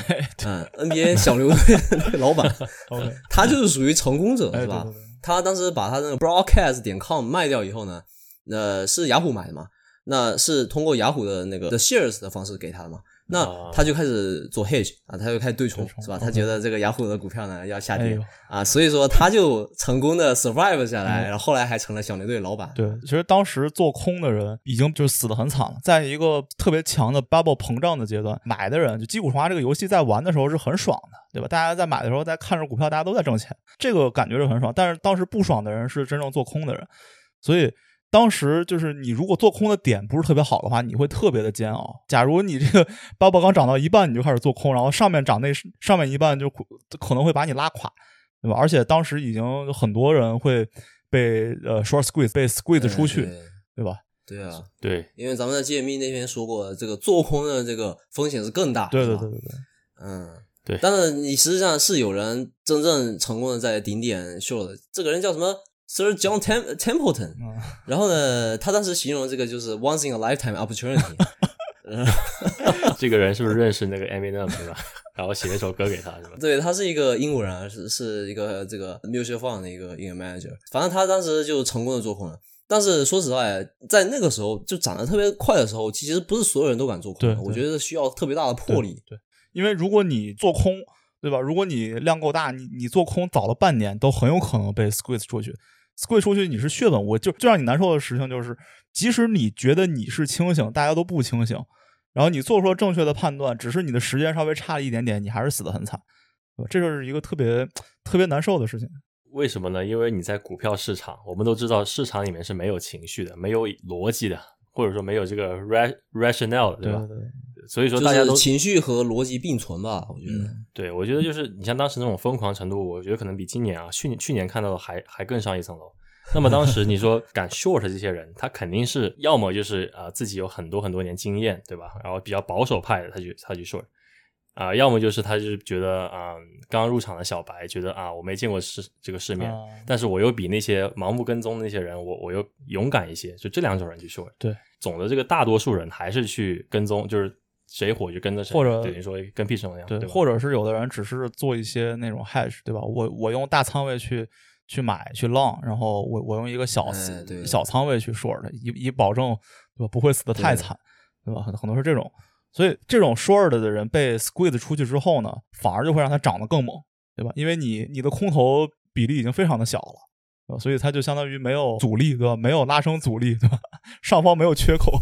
NBA 小牛队那个老板 okay. 他就是属于成功者是吧？ 对对对， 他当时把他那个 broadcast.com 卖掉以后呢，是雅虎买的嘛，那是通过雅虎的那个 the shares 的方式给他的嘛，那他就开始做 hedge 啊，他就开始对冲是吧？他觉得这个雅虎的股票呢要下跌啊，所以说他就成功的 survive 下来，然后后来还成了小牛队老板。 对，其实当时做空的人已经就死得很惨了，在一个特别强的 bubble 膨胀的阶段，买的人就击鼓传花这个游戏在玩的时候是很爽的，对吧？大家在买的时候在看着股票，大家都在挣钱，这个感觉是很爽。但是当时不爽的人是真正做空的人，所以当时就是你如果做空的点不是特别好的话，你会特别的煎熬。假如你这个bubble刚涨到一半你就开始做空，然后上面一半就可能会把你拉垮，对吧？而且当时已经有很多人会被short squeeze 被 squeeze 出去，对吧？ 对啊， 对， 因为咱们在 GME 那边说过，这个做空的这个风险是更大。 对， 对。 但是你实际上是有人真正成功的在顶点 short 的，这个人叫什么？Sir John Templeton，然后呢，他当时形容这个就是 once in a lifetime opportunity。 这个人是不是认识那个 Eminem 对吧？然后写了一首歌给他是吧？ 对，他是一个英国人，是一个这个 mutual fund 的一个 manager。反正他当时就成功的做空了。但是说实话，在那个时候就涨得特别快的时候，其实不是所有人都敢做空的。我觉得需要特别大的魄力。 对，因为如果你做空，对吧？如果你量够大，你做空早了半年，都很有可能被 squeeze 出去。squeeze 出去你是血本无，就让你难受的事情就是，即使你觉得你是清醒，大家都不清醒，然后你做出了正确的判断，只是你的时间稍微差了一点点，你还是死得很惨，对吧？这就是一个特别难受的事情。为什么呢？因为你在股票市场，我们都知道市场里面是没有情绪的，没有逻辑的，或者说没有这个 rationale 的，对吧？ 对， 所以说大家都、 就是、情绪和逻辑并存吧，我觉得。 对，我觉得就是你像当时那种疯狂程度，我觉得可能比今年啊，去年看到的还更上一层楼。那么当时你说敢 short 这些人，他肯定是要么就是自己有很多年经验，对吧？然后比较保守派的，他去 short。要么就是他就是觉得刚入场的小白觉得我没见过这个世面，但是我又比那些盲目跟踪的那些人我又勇敢一些，就这两种人去short。 对， 总的这个大多数人还是去跟踪，就是谁火就跟着谁， 或者等于说跟屁虫一样，对吧？ 或者是有的人只是做一些那种 hedge， 对吧？我用大仓位去买去 long， 然后我用一个小仓位去 short， 以保证对吧不会死得太惨，对吧？很多是这种。所以这种 short 的人被 squeeze 出去之后呢，反而就会让他涨得更猛，对吧？因为你的空头比例已经非常的小了，对吧？所以它就相当于没有阻力，对吧？没有拉升阻力，对吧？上方没有缺口。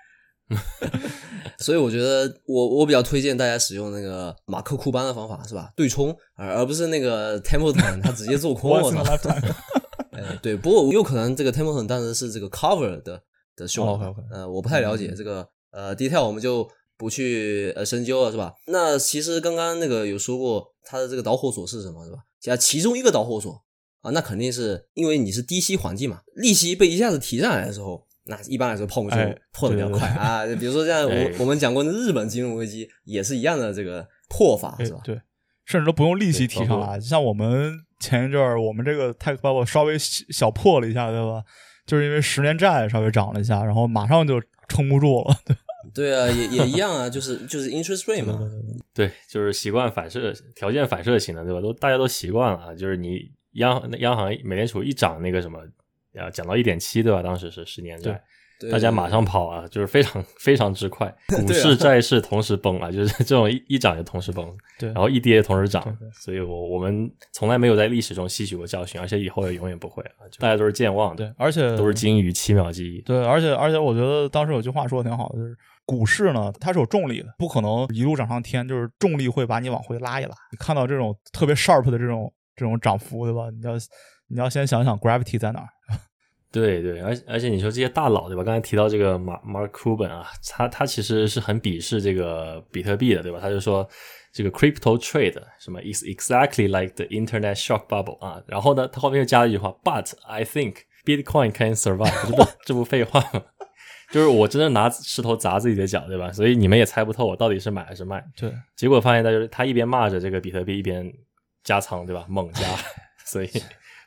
所以我觉得我比较推荐大家使用那个马克库班的方法，是吧？对冲，而不是那个 Templeton 他直接做空。对，不过有可能这个 Templeton 当时是这个 cover 的 short， 我不太了解这个detail， 我们就不去深究了，是吧？那其实刚刚那个有说过它的这个导火索是什么，是吧？其中一个导火索那肯定是因为你是低息环境嘛，利息被一下子提上来的时候，那一般来说泡沫就破得比较快比如说像我们讲过的日本金融危机也是一样的这个破法，是吧？ 对，甚至都不用利息提上来，像我们前一阵儿我们这个 tech bubble 稍微小破了一下，对吧？就是因为10年债稍微涨了一下，然后马上就撑不住了。 对啊，也一样啊，就是 interest rate 嘛。 对，就是习惯反射条件反射型的，对吧？大家都习惯了就是你央行美联储一涨那个什么讲到 1.7 对吧？当时是10年债，大家马上跑就是非常非常之快，股市债市同时崩就是这种一涨就同时崩， 对， 然后一跌同时涨，所以我们从来没有在历史中吸取过教训，而且以后也永远不会大家都是健忘的， 对，而且都是金鱼7秒记忆， 对，而且我觉得当时有句话说的挺好的，就是股市呢它是有重力的，不可能一路涨上天，就是重力会把你往回拉一拉。你看到这种特别 sharp 的这种涨幅，对吧？你要先想想 gravity 在哪儿。 对，而且你说这些大佬对吧？刚才提到这个 Mark Cuban 他其实是很鄙视这个比特币的，对吧？他就说这个 crypto trade 什么 is exactly like the internet shock bubble 然后呢，他后面又加了一句话 ，But I think Bitcoin can survive 这不废话吗？就是我真的拿石头砸自己的脚，对吧？所以你们也猜不透我到底是买还是卖。 对， 结果发现他一边骂着这个比特币，一边加仓，对吧？猛加，所以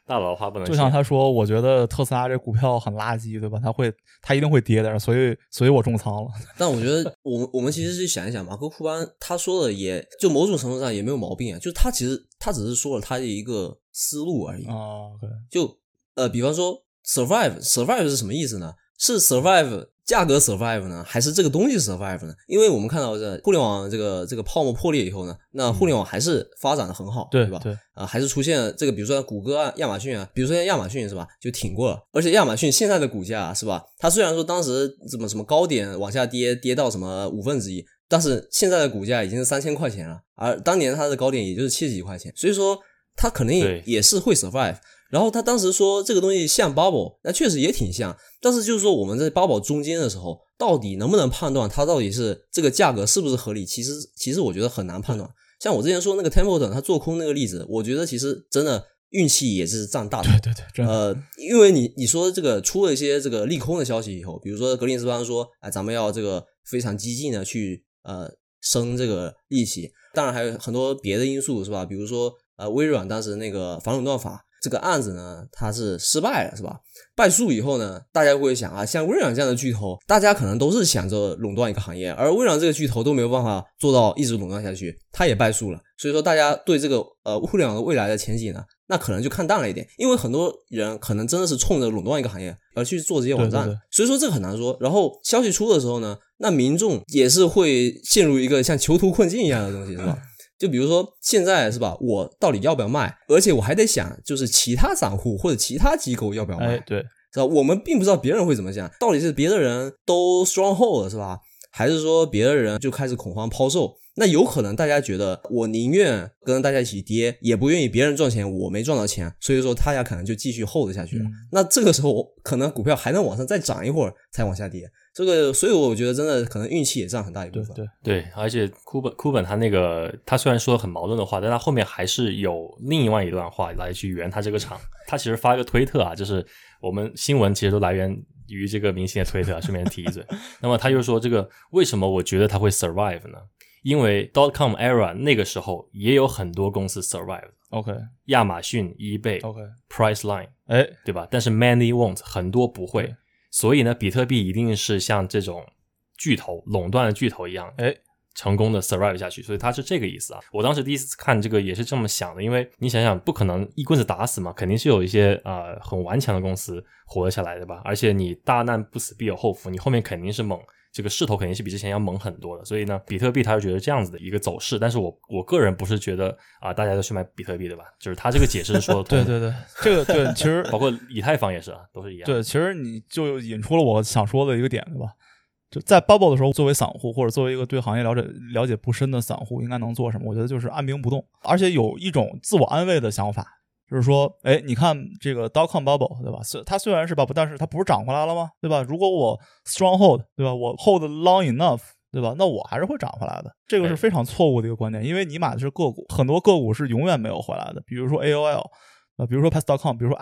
大佬的话不能信。 就像他说，我觉得特斯拉这股票很垃圾，对吧？他一定会跌的，所以我重仓了。 但我觉得我们其实是想一想，马克库班他说的也就某种程度上也没有毛病啊，就是他其实他只是说了他的一个思路而已啊。对， 就比方说 survive 是什么意思呢？是 survive 价格 survive 呢，还是这个东西 survive 呢？因为我们看到这互联网这个泡沫破裂以后呢，那互联网还是发展的很好，对吧？ 对还是出现这个，比如说谷歌啊、亚马逊啊，比如说亚马逊是吧，就挺过了。而且亚马逊现在的股价是吧，它虽然说当时什么高点往下跌到什么1/5，但是现在的股价已经是3000块钱了，而当年它的高点也就是70几块钱，所以说它肯定也是会 survive。然后他当时说这个东西像 bubble， 那确实也挺像，但是就是说我们在 bubble 中间的时候，到底能不能判断它到底是这个价格是不是合理，其实我觉得很难判断。像我之前说那个 Templeton 他做空那个例子，我觉得其实真的运气也是占大头。 对，真的。 因为你说这个出了一些这个利空的消息以后，比如说格林斯潘说咱们要这个非常激进的去升这个利息，当然还有很多别的因素是吧？比如说微软当时那个反垄断法这个案子呢，它是失败了是吧？败诉以后呢，大家会想像微软这样的巨头，大家可能都是想着垄断一个行业，而微软这个巨头都没有办法做到一直垄断下去，它也败诉了。所以说大家对这个互联网的未来的前景呢，那可能就看淡了一点，因为很多人可能真的是冲着垄断一个行业而去做这些网站， 对， 所以说这个很难说。然后消息出的时候呢，那民众也是会陷入一个像囚徒困境一样的东西是吧？就比如说现在是吧，我到底要不要卖，而且我还得想就是其他散户或者其他机构要不要卖， 对， 是吧？我们并不知道别人会怎么想，到底是别的人都 stronghold 了是吧，还是说别的人就开始恐慌抛售。那有可能大家觉得我宁愿跟大家一起跌，也不愿意别人赚钱我没赚到钱，所以说大家可能就继续 hold 下去了。那这个时候可能股票还能往上再涨一会儿才往下跌，这个所以我觉得真的可能运气也占很大一部分。 对，而且库本他虽然说很矛盾的话，但他后面还是有另外一段话来去圆他这个场。他其实发一个推特啊，就是我们新闻其实都来源于这个明星的推特啊，顺便提一嘴。那么他就说这个为什么我觉得他会 survive 呢？因为 .com era 那个时候也有很多公司 survive， OK， 亚马逊、eBay， OK， Priceline， 对吧？但是 many won't， 很多不会。所以呢，比特币一定是像这种巨头垄断的巨头一样，成功的 survive 下去。所以它是这个意思啊。我当时第一次看这个也是这么想的，因为你想想，不可能一棍子打死嘛，肯定是有一些很顽强的公司活了下来的吧？而且你大难不死必有后福，你后面肯定是猛。这个势头肯定是比之前要猛很多的，所以呢，比特币他就觉得这样子的一个走势，但是我个人不是觉得大家都去买比特币对吧？就是他这个解释是说对，这个对，其实包括以太坊也是都是一样。 对，其实你就引出了我想说的一个点对吧？就在 bubble 的时候，作为散户或者作为一个对行业了解不深的散户，应该能做什么？我觉得就是按兵不动，而且有一种自我安慰的想法。就是说，你看这个 .com bubble 对吧？它虽然是 bubble， 但是它不是涨回来了吗？对吧？如果我 strong hold 对吧？我 hold long enough 对吧？那我还是会涨回来的。这个是非常错误的一个观点，因为你买的是个股，很多个股是永远没有回来的。比如说 AOL，比如说 Pass.com， 比如说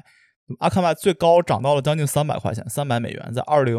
Akamai 最高涨到了将近300块钱，300美元，在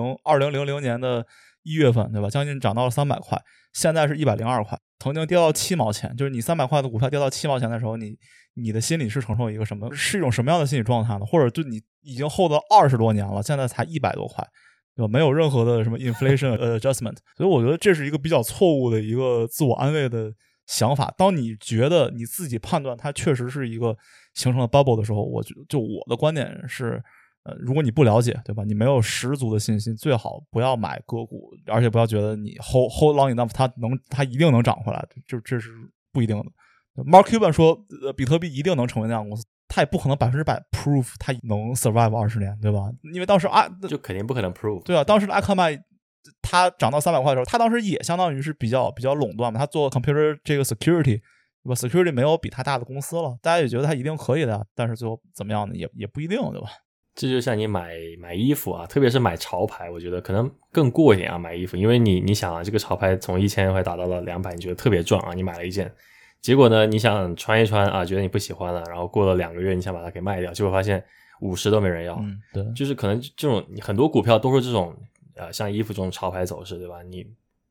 2000年的1月份对吧？将近涨到了300块，现在是102块，曾经跌到7毛钱。就是你300块的股票跌到7毛钱的时候，你的心理是承受一个什么？是一种什么样的心理状态呢？或者就你已经 hold 了20多年了，现在才100多块，对吧？没有任何的什么 inflation adjustment， 所以我觉得这是一个比较错误的一个自我安慰的想法。当你觉得你自己判断它确实是一个形成了 bubble 的时候，我的观点是，如果你不了解，对吧？你没有十足的信心，最好不要买个股，而且不要觉得你 hold long enough， 它一定能涨回来，这是不一定的。Mark Cuban 说，比特币一定能成为那样的公司，他也不可能100% prove 他能 survive 20年，对吧？因为当时就肯定不可能 prove。 对啊，当时的Akamai它涨到300块的时候，它当时也相当于是比较垄断嘛，它做 computer 这个 security， 对吧 ？security 没有比它大的公司了，大家也觉得它一定可以的，但是最后怎么样呢？也不一定，对吧？ 这就像你买衣服啊，特别是买潮牌，我觉得可能更过一点啊。买衣服，因为你想啊，这个潮牌从1000块打到了200，你觉得特别赚啊，你买了一件。结果呢，你想穿一穿啊，觉得你不喜欢了，然后过了2个月，你想把它给卖掉，结果发现50都没人要。 对， 就是可能这种很多股票都是这种像衣服这种潮牌走势，对吧？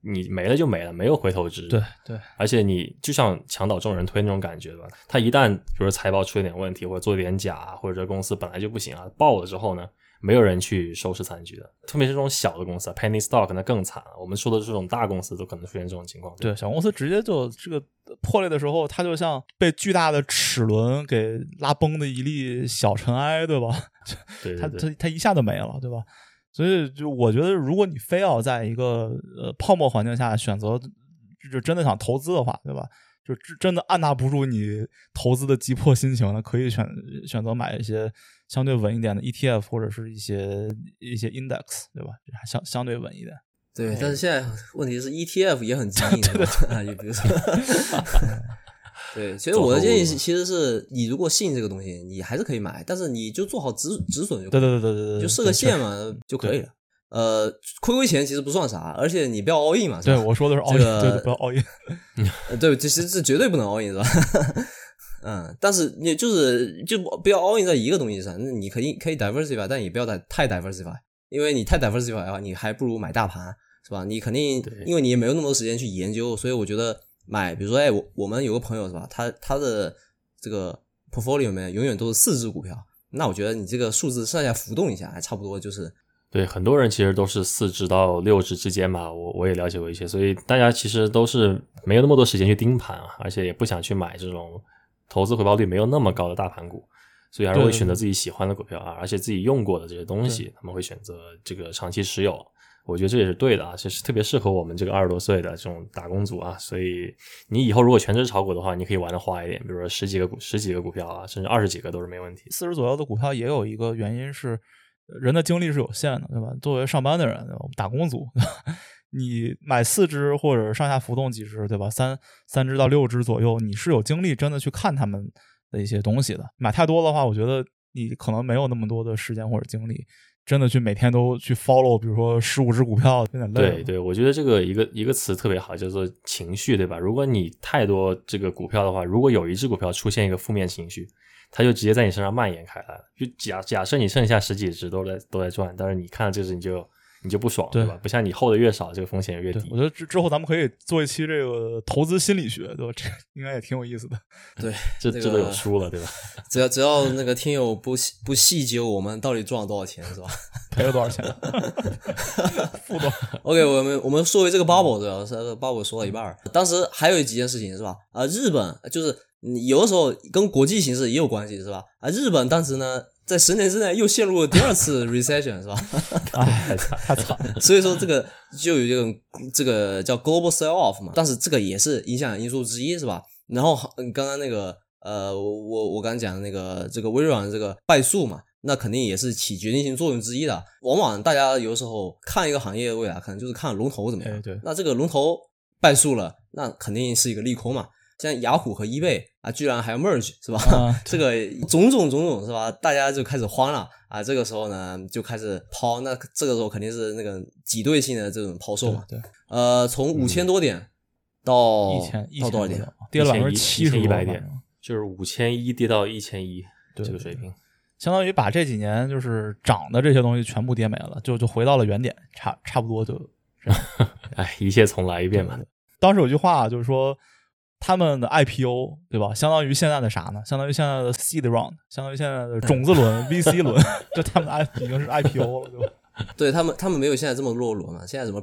你没了就没了，没有回头之日。 对对， 而且你就像墙倒众人推那种感觉吧，他一旦比如财报出了点问题，或者做点假，或者这公司本来就不行啊，爆了之后呢，没有人去收拾残局的。特别是这种小的公司 penny stock 那更惨，我们说的这种大公司都可能出现这种情况。 对，小公司直接就这个破裂的时候，它就像被巨大的齿轮给拉崩的一粒小尘埃，对吧？ 对对对， 它一下就没了，对吧？所以就我觉得，如果你非要在一个泡沫环境下选择，就真的想投资的话，对吧？就真的按捺不住你投资的急迫心情呢，可以选择买一些相对稳一点的 ETF 或者是一些 index， 对吧？相对稳一点。 对，但是现在问题是 ETF 也很激进，对吧？也比如说。对，其实我的建议其实是你如果信这个东西，你还是可以买，但是你就做好止损就可以。 对， 就设个线嘛就可以了。亏钱其实不算啥，而且你不要 all in 嘛。 对，我说的是 all in，对，不要 all in。对，其实这绝对不能 all in 是吧？但是你就不要 all in 在一个东西上，那你可以 diversify， 但也不要太 diversify， 因为你太 diversify 的话，你还不如买大盘，是吧？你肯定因为你也没有那么多时间去研究，所以我觉得。比如说我们有个朋友是吧，他的这个 portfolio 里面永远都是4只股票，那我觉得你这个数字上下浮动一下还差不多就是对，很多人其实都是4只到6只之间吧，我也了解过一些，所以大家其实都是没有那么多时间去盯盘啊，而且也不想去买这种投资回报率没有那么高的大盘股，所以还是会选择自己喜欢的股票啊，而且自己用过的这些东西，他们会选择这个长期持有。我觉得这也是对的啊，这是特别适合我们这个20多岁的这种打工族啊，所以你以后如果全职炒股的话，你可以玩得花一点，比如说十几个股票啊，甚至20几个都是没问题。 40左右的股票也有一个原因是人的精力是有限的，对吧？作为上班的人，对吧？打工族，你买4只或者上下浮动几只，对吧？3只到6只左右，你是有精力真的去看他们的一些东西的。买太多的话，我觉得你可能没有那么多的时间或者精力。真的去每天都去 follow， 比如说15只股票，有点累。 对，我觉得这个一个词特别好，叫做情绪，对吧？如果你太多这个股票的话，如果有一只股票出现一个负面情绪，它就直接在你身上蔓延开来了。就假设你剩下10几只都在赚，但是你看到这只你就不爽，对吧？不像你后的越少，这个风险越低。 我觉得之后咱们可以做一期这个投资心理学，对吧？这应该也挺有意思的。 对， 这都有书了，对吧？ 只要那个听友不细究我们到底赚了多少钱，是吧？ 赔了多少钱？负多。 OK， 我们说回这个 bubble， 对吧？这个 bubble 说到一半，当时还有几件事情是吧？日本就是有的时候跟国际形势也有关系，是吧？日本当时呢，在10年之内又陷入了第2次 recession， 是吧？ 太惨了。 所以说这个就有这个叫 global sell off 嘛，但是这个也是影响因素之一，是吧？然后刚刚那个我刚才讲的那个这个微软这个败诉嘛，那肯定也是起决定性作用之一的。往往大家有时候看一个行业的未来，可能就是看龙头怎么样。 对， 那这个龙头败诉了，那肯定是一个利空嘛。像雅虎和 eBay 啊，居然还要 merge， 是吧？这个种种是吧？大家就开始慌了啊。这个时候呢，就开始抛，那这个时候肯定是那个挤兑性的这种抛售嘛。 对， 从5000多点到 1000 多少点？ 跌了70%， 点，就是5100跌到1100这个水平， 相当于把这几年就是涨的这些东西全部跌没了，就回到了原点，差不多就这样。 哎，一切重来一遍嘛。 当时有句话就是说，他们的 IPO 对吧，相当于现在的啥呢？相当于现在的 seed round， 相当于现在的种子轮VC 轮，就他们的已经是 IPO 了，对吧？ 对，他们没有现在这么落落嘛，现在什么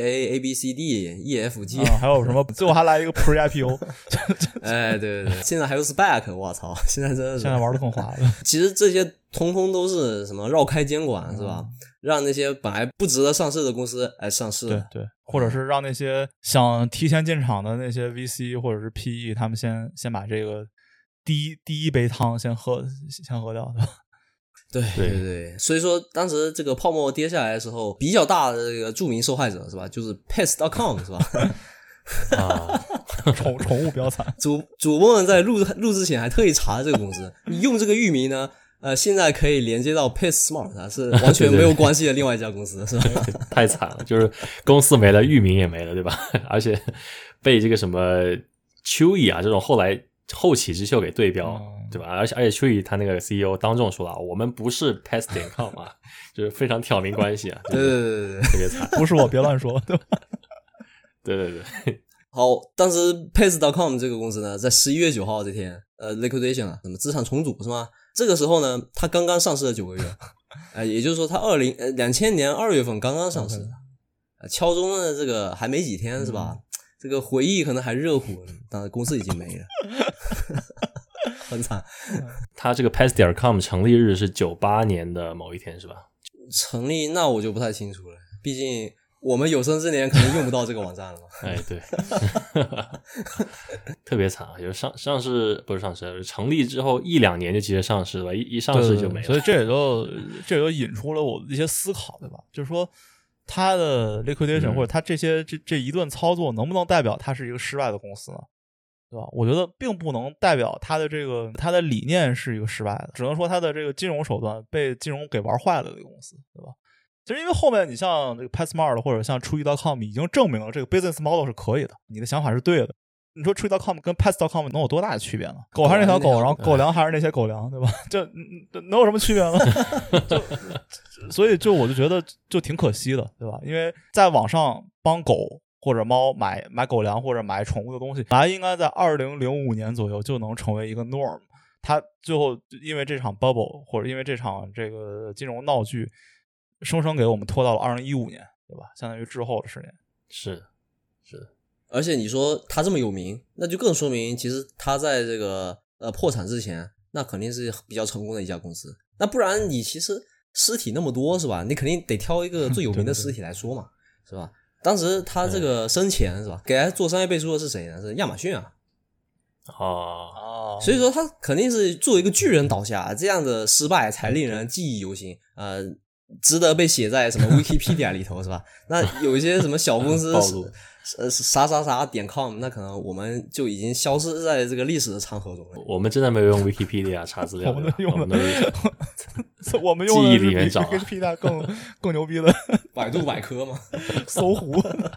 Pre-A、ABCD、EFG， 还有什么最后还来一个 Pre-IPO， 哎，对，现在还有 SPAC， 我操，现在真的是现在玩的更滑了。 其实这些通通都是什么绕开监管，是吧？让那些本来不值得上市的公司上市， 对，或者是让那些想提前进场的那些 VC 或者是 PE， 他们先把这个第一杯汤先喝掉，对吧？ 对，所以说当时这个泡沫跌下来的时候，比较大的这个著名受害者是吧？就是 Pets.com 是吧？ 啊，宠物比较惨。 主播们在录之前还特意查了这个公司，你用这个域名呢，现在可以连接到 PetSmart， 是完全没有关系的另外一家公司，是吧？ 太惨了，就是公司没了，域名也没了，对吧？而且被这个什么秋意啊这种后起之秀给对标，对吧？而且秋意他那个 CEO 当众说了，我们不是 Pets.com 啊，就是非常挑明关系啊， 对， 特别惨， 不是我别乱说，对吧？ 对对对。 好，当时 Pets.com 这个公司呢，在11月9号这天liquidation 什么资产重组是吗？这个时候呢，它刚刚上市了9个月，也就是说它2000年2月份刚刚上市，敲钟的这个还没几天是吧？这个回忆可能还热乎，当然公司已经没了。很惨。 他这个 Pets.com 成立日是98年的某一天是吧？ 成立那我就不太清楚了，毕竟我们有生之年可能用不到这个网站了嘛。 哎，对。特别惨啊，就是上市不是上市，成立之后1-2年就直接上市了吧，一上市就没了。 所以这也就引出了我的一些思考，对吧？就是说它的 liquidation 或者它这一顿操作能不能代表它是一个失败的公司呢？对吧？我觉得并不能代表它的理念是一个失败的，只能说它的这个金融手段被金融给玩坏了的一个公司，对吧？其实因为后面你像这个 PetSmart 或者像 Chewy.com 已经证明了这个 business model 是可以的，你的想法是对的。你说 Chewy.com 跟 Pets.com 能有多大的区别呢？狗还是那条狗，然后狗粮还是那些狗粮，对吧？这能有什么区别呢？所以我就觉得就挺可惜的，对吧？因为在网上帮狗或者猫买狗粮或者买宠物的东西，本来应该在2005年左右就能成为一个 norm， 它最后因为这场 bubble 或者因为这场这个金融闹剧，生生给我们拖到了2015年，对吧？相当于滞后了10年。 是。 而且你说他这么有名，那就更说明其实他在这个破产之前，那肯定是比较成功的一家公司。那不然你其实尸体那么多是吧？你肯定得挑一个最有名的尸体来说嘛，是吧？当时他这个生前是吧，给他做商业背书的是谁呢？是亚马逊啊。所以说他肯定是作为一个巨人倒下，这样的失败才令人记忆犹新，值得被写在什么 Wikipedia 里头是吧？那有一些什么小公司啥点 com， 那可能我们就已经消失在这个历史的长河中了。 我们真的没有用 Wikipedia 查资料， 我们用的记忆里面找 Wikipedia 更牛逼的百度百科嘛， 搜狐。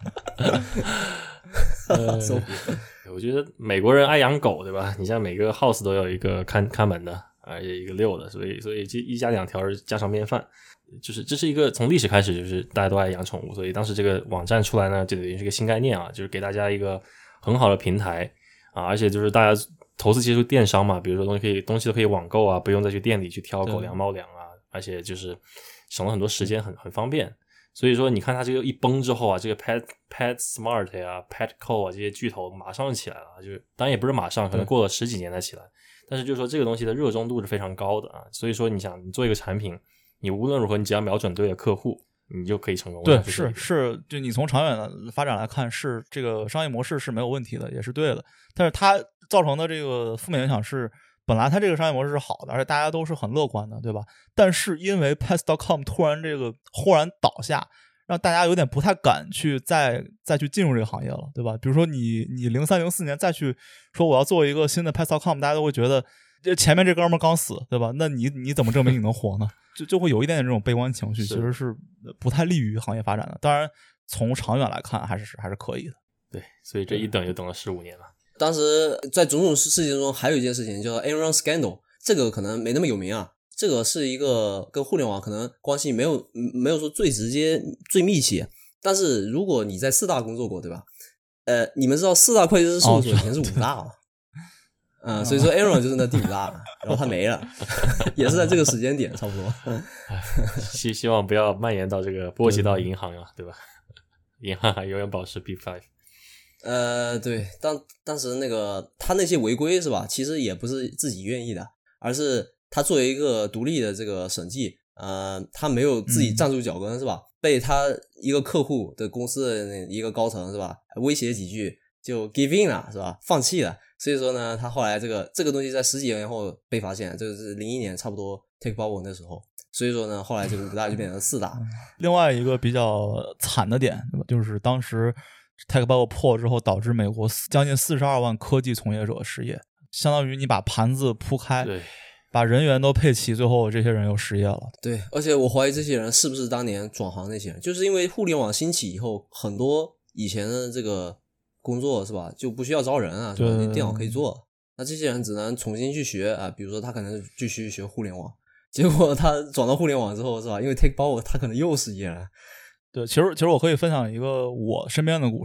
搜狐。 我觉得美国人爱养狗，对吧？你像每个 house 都有一个看门的，而且一个遛的，所以一家2条是家常便饭。就是这是一个从历史开始就是大家都爱养宠物，所以当时这个网站出来呢，就等于是个新概念啊，就是给大家一个很好的平台啊，而且就是大家头次接触电商嘛，比如说东西都可以网购啊，不用再去店里去挑狗粮猫粮啊，而且就是省了很多时间，很方便。所以说你看它这个一崩之后啊，这个 PetSmart 呀 Petco 啊这些巨头马上起来了，就是当然也不是马上，可能过了10几年才起来，但是就是说这个东西的热衷度是非常高的啊，所以说你想你做一个产品，你无论如何你只要瞄准对了客户，你就可以成功。 对，是，就你从长远的发展来看，是这个商业模式是没有问题的，也是对的。但是它造成的这个负面影响是，本来它这个商业模式是好的，而且大家都是很乐观的，对吧？但是因为 Pets.com 突然这个忽然倒下，让大家有点不太敢去再去进入这个行业了，对吧？比如说你03、04年再去说我要做一个新的 Pets.com， 大家都会觉得前面这哥们儿刚死，对吧？那你怎么证明你能活呢？就会有一点点这种悲观情绪，其实是不太利于行业发展的。当然，从长远来看，还是可以的。 对，所以这一等就等了15年了。 当时在种种事情中，还有一件事情叫 Enron Scandal， 这个可能没那么有名啊。这个是一个跟互联网可能关系没有说最直接、最密切。但是如果你在4大工作过，对吧？你们知道4大会计师事务所以前是5大吗？所以说 Enron 就是那第5大了，然后他没了，也是在这个时间点差不多。 希望不要蔓延到这个波及到银行啊，对吧？银行还永远保持 Big Five。 对，当时那个他那些违规是吧？其实也不是自己愿意的，而是他作为一个独立的这个审计，他没有自己站住脚跟是吧？被他一个客户的公司的一个高层是吧？威胁几句就 give in 了是吧？放弃了。所以说呢，他后来这个东西在10几年后被发现，这个是01年差不多 Take Bubble 那时候。所以说呢，后来这个5大就变成4大。 另外一个比较惨的点，对吧？就是当时 Take Bubble 破之后，导致美国将近42万科技从业者失业，相当于你把盘子铺开， 对， 把人员都配齐，最后这些人又失业了。 对，而且我怀疑这些人是不是当年转行那些人，就是因为互联网兴起以后，很多以前的这个工作是吧，就不需要招人啊，是吧？你电脑可以做，那这些人只能重新去学啊，比如说他可能继续学互联网，结果他转到互联网之后是吧？因为 Take Bubble 他可能又失业了。 对，其实我可以分享一个我身边的故事。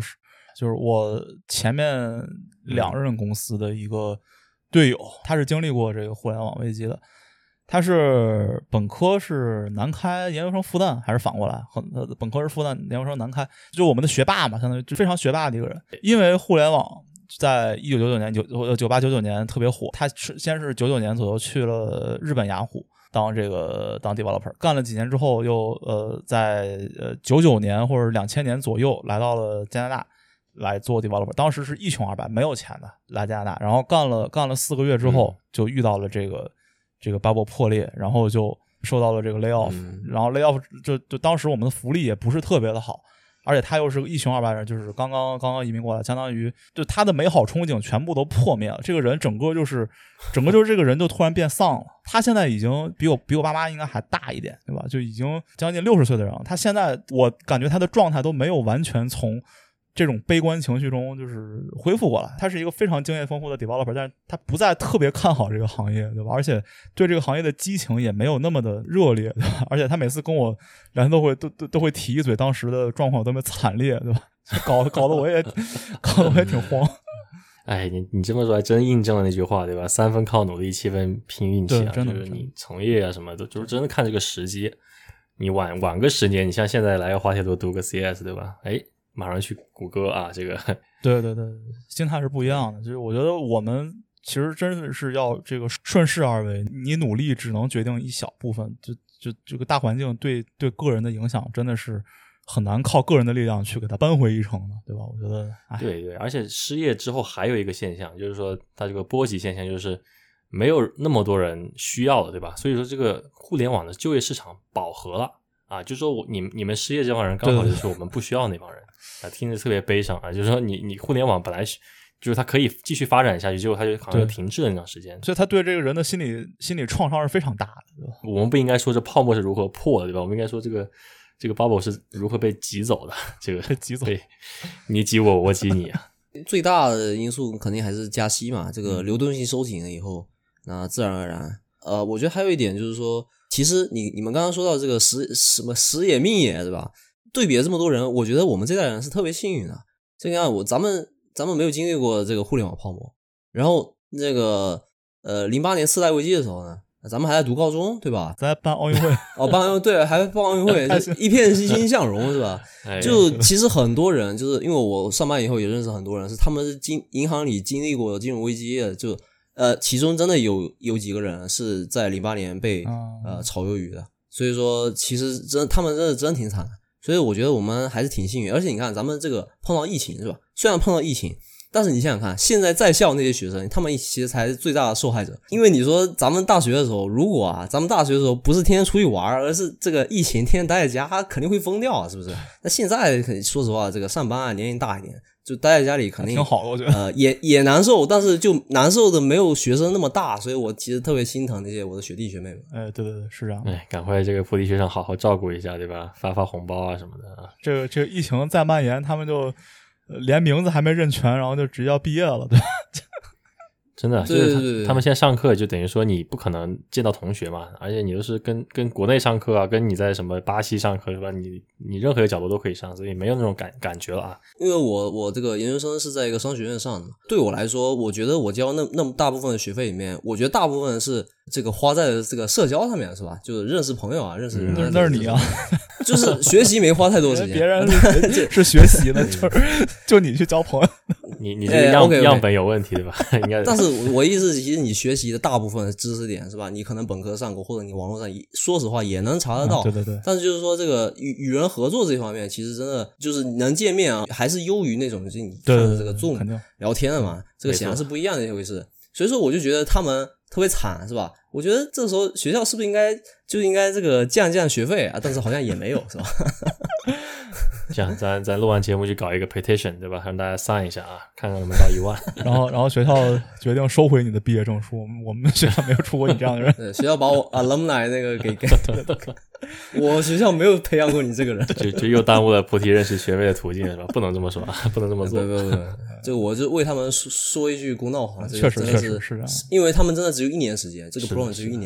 就是我前面2任公司的一个队友，他是经历过这个互联网危机的。他是本科是南开，研究生复旦，还是反过来？本科是复旦，研究生南开，就我们的学霸嘛，相当于就非常学霸的一个人。因为互联网在1999年、98、99年特别火，他先是99年左右去了日本雅虎当 developer， 干了几年之后又在99年或者2000年左右来到了加拿大来做 developer， 当时是一穷二白，没有钱的来加拿大，然后干了4个月之后就遇到了这个 bubble 破裂，然后就受到了这个 layoff，然后 layoff 就当时我们的福利也不是特别的好，而且他又是个一穷二白人，就是刚刚移民过来，相当于就他的美好憧憬全部都破灭了。这个人整个就是这个人就突然变丧了。他现在已经比我爸妈应该还大一点，对吧？就已经将近60岁的人了。他现在我感觉他的状态都没有完全从这种悲观情绪中就是恢复过来。他是一个非常经验丰富的 developer， 但是他不再特别看好这个行业，对吧？而且对这个行业的激情也没有那么的热烈，对吧？而且他每次跟我聊天都会提一嘴当时的状况多么惨烈，对吧？搞得我也挺慌。 哎，你这么说还真印证了那句话，对吧？3分靠努力，7分拼运气啊！ 真的就是你从业啊什么的，就是真的看这个时机。你晚个10年，你像现在来个滑铁卢读个 CS， 对吧？哎。马上去谷歌啊，这个对，心态是不一样的。就是我觉得我们其实真的是要这个顺势而为，你努力只能决定一小部分，就这个大环境对个人的影响真的是很难靠个人的力量去给它扳回一城的，对吧？我觉得对，而且失业之后还有一个现象，就是说它这个波及现象就是没有那么多人需要了，对吧？所以说这个互联网的就业市场饱和了啊，就是说你们失业这帮人刚好就是我们不需要那帮人。啊，听着特别悲伤啊！就是说你互联网本来就是它可以继续发展下去，结果它就好像停滞了那段时间， 所以它对这个人的心理创伤是非常大的，对吧？ 我们不应该说这泡沫是如何破的，对吧？我们应该说这个 bubble 是如何被挤走的，这个被挤走， 对，你挤我，我挤你啊！ 最大的因素肯定还是加息嘛，这个流动性收紧了以后，那自然而然，我觉得还有一点就是说，其实你们刚刚说到这个什么时也命也，对吧？对比了这么多人，我觉得我们这代人是特别幸运的。这个咱们没有经历过这个互联网泡沫，然后那个08年次贷危机的时候呢，咱们还在读高中，对吧？ 在办奥运会办奥运对，还办奥运会，就一片欣欣向荣，是吧？就其实很多人就是因为我上班以后也认识很多人，是他们是银行里经历过金融危机的，就其中真的有几个人是在08年被炒鱿鱼的，所以说其实他们真的挺惨的。所以我觉得我们还是挺幸运，而且你看咱们这个碰到疫情是吧？虽然碰到疫情，但是你想想看，现在在校那些学生，他们其实才是最大的受害者。因为你说咱们大学的时候，如果咱们大学的时候不是天天出去玩，而是这个疫情天天待在家，他肯定会疯掉，是不是？那现在说实话，这个上班年龄大一点，就待在家里肯定挺好的，我觉得也难受，但是就难受的没有学生那么大，所以我其实特别心疼那些我的学弟学妹们。 对，是这样。 赶快这个菩提学生好好照顾一下，对吧？发红包啊什么的啊。 这个疫情再蔓延，他们就连名字还没认全，然后就直接要毕业了，对吧？ 真的，就是他们现在上课就等于说你不可能见到同学嘛，而且你都是跟国内上课啊，跟你在什么巴西上课是吧？你任何一个角度都可以上，所以没有那种感觉了啊。 因为我这个研究生是在一个商学院上的嘛，对我来说，我觉得我交那么大部分的学费里面，我觉得大部分是这个花在这个社交上面，是吧？就是认识朋友啊，认识人。 那是你啊， 就是学习没花太多时间， 别人是学习的，就你去交朋友。 你这个样本有问题对吧？应该。 但是我意思，其实你学习的大部分的知识点是吧？你可能本科上过，或者你网络上说实话也能查得到。 对。 但是就是说这个与人合作这方面，其实真的就是能见面啊，还是优于那种就是你看的这个Zoom聊天的嘛，这个显然是不一样的一回事。所以说我就觉得他们特别惨，是吧？我觉得这时候学校是不是应该这个降学费啊？但是好像也没有，是吧？ 这样咱录完节目就搞一个 petition， 对吧？让大家 sign 一下啊，看看能不能到1万。 然后学校决定收回你的毕业证书。我们学校没有出过你这样的人。 对，学校把我 alumni 那个给我学校没有培养过你这个人， 就又耽误了菩提认识学妹的途径，是吧？不能这么说，不能这么做。 不，就我就为他们说一句公道话， 确实是这样，因为他们真的只有1年时间，这个 program 只有1年。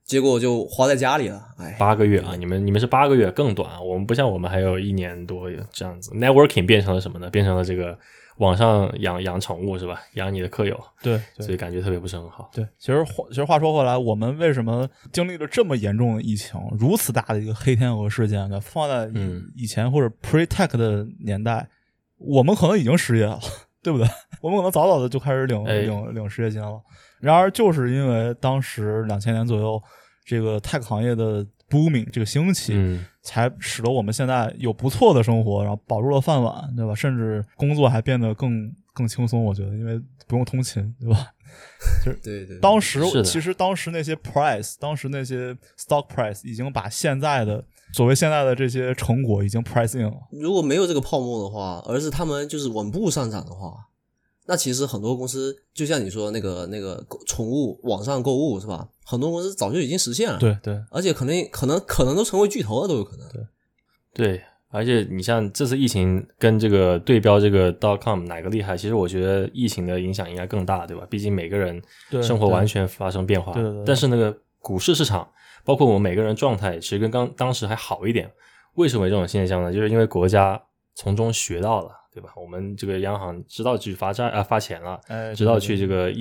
结果就花在家里了。 8个月啊，你们是8个月更短，我们不像我们还有1年多这样子。Networking 变成了什么呢？变成了这个网上养宠物是吧？养你的客友， 对， 所以感觉特别不是很好。 对，其实话说回来，我们为什么经历了这么严重的疫情，如此大的一个黑天鹅事件，放在以前或者 pre-tech 的年代，我们可能已经失业了，对不对？我们可能早早的就开始领失业金了。然而就是因为当时2000年左右这个 tech 行业的 booming 这个兴起，才使得我们现在有不错的生活，然后保住了饭碗，对吧？甚至工作还变得更轻松，我觉得，因为不用通勤，对吧？就是对， 当时其实当时那些 price， 当时那些 stock price 已经把现在的这些成果已经 price in 了。 如果没有这个泡沫的话，而是他们就是稳步上涨的话，那其实很多公司就像你说那个宠物网上购物是吧？很多公司早就已经实现了， 对， 而且可能都成为巨头了都有可能。 对，而且你像这次疫情跟这个对标这个 .com 哪个厉害？其实我觉得疫情的影响应该更大，对吧？毕竟每个人生活完全发生变化， 对， 但是那个股市市场，包括我们每个人状态，其实跟当时还好一点。为什么这种现象呢？就是因为国家从中学到了。对吧？我们这个央行知道去发钱了，知道去这个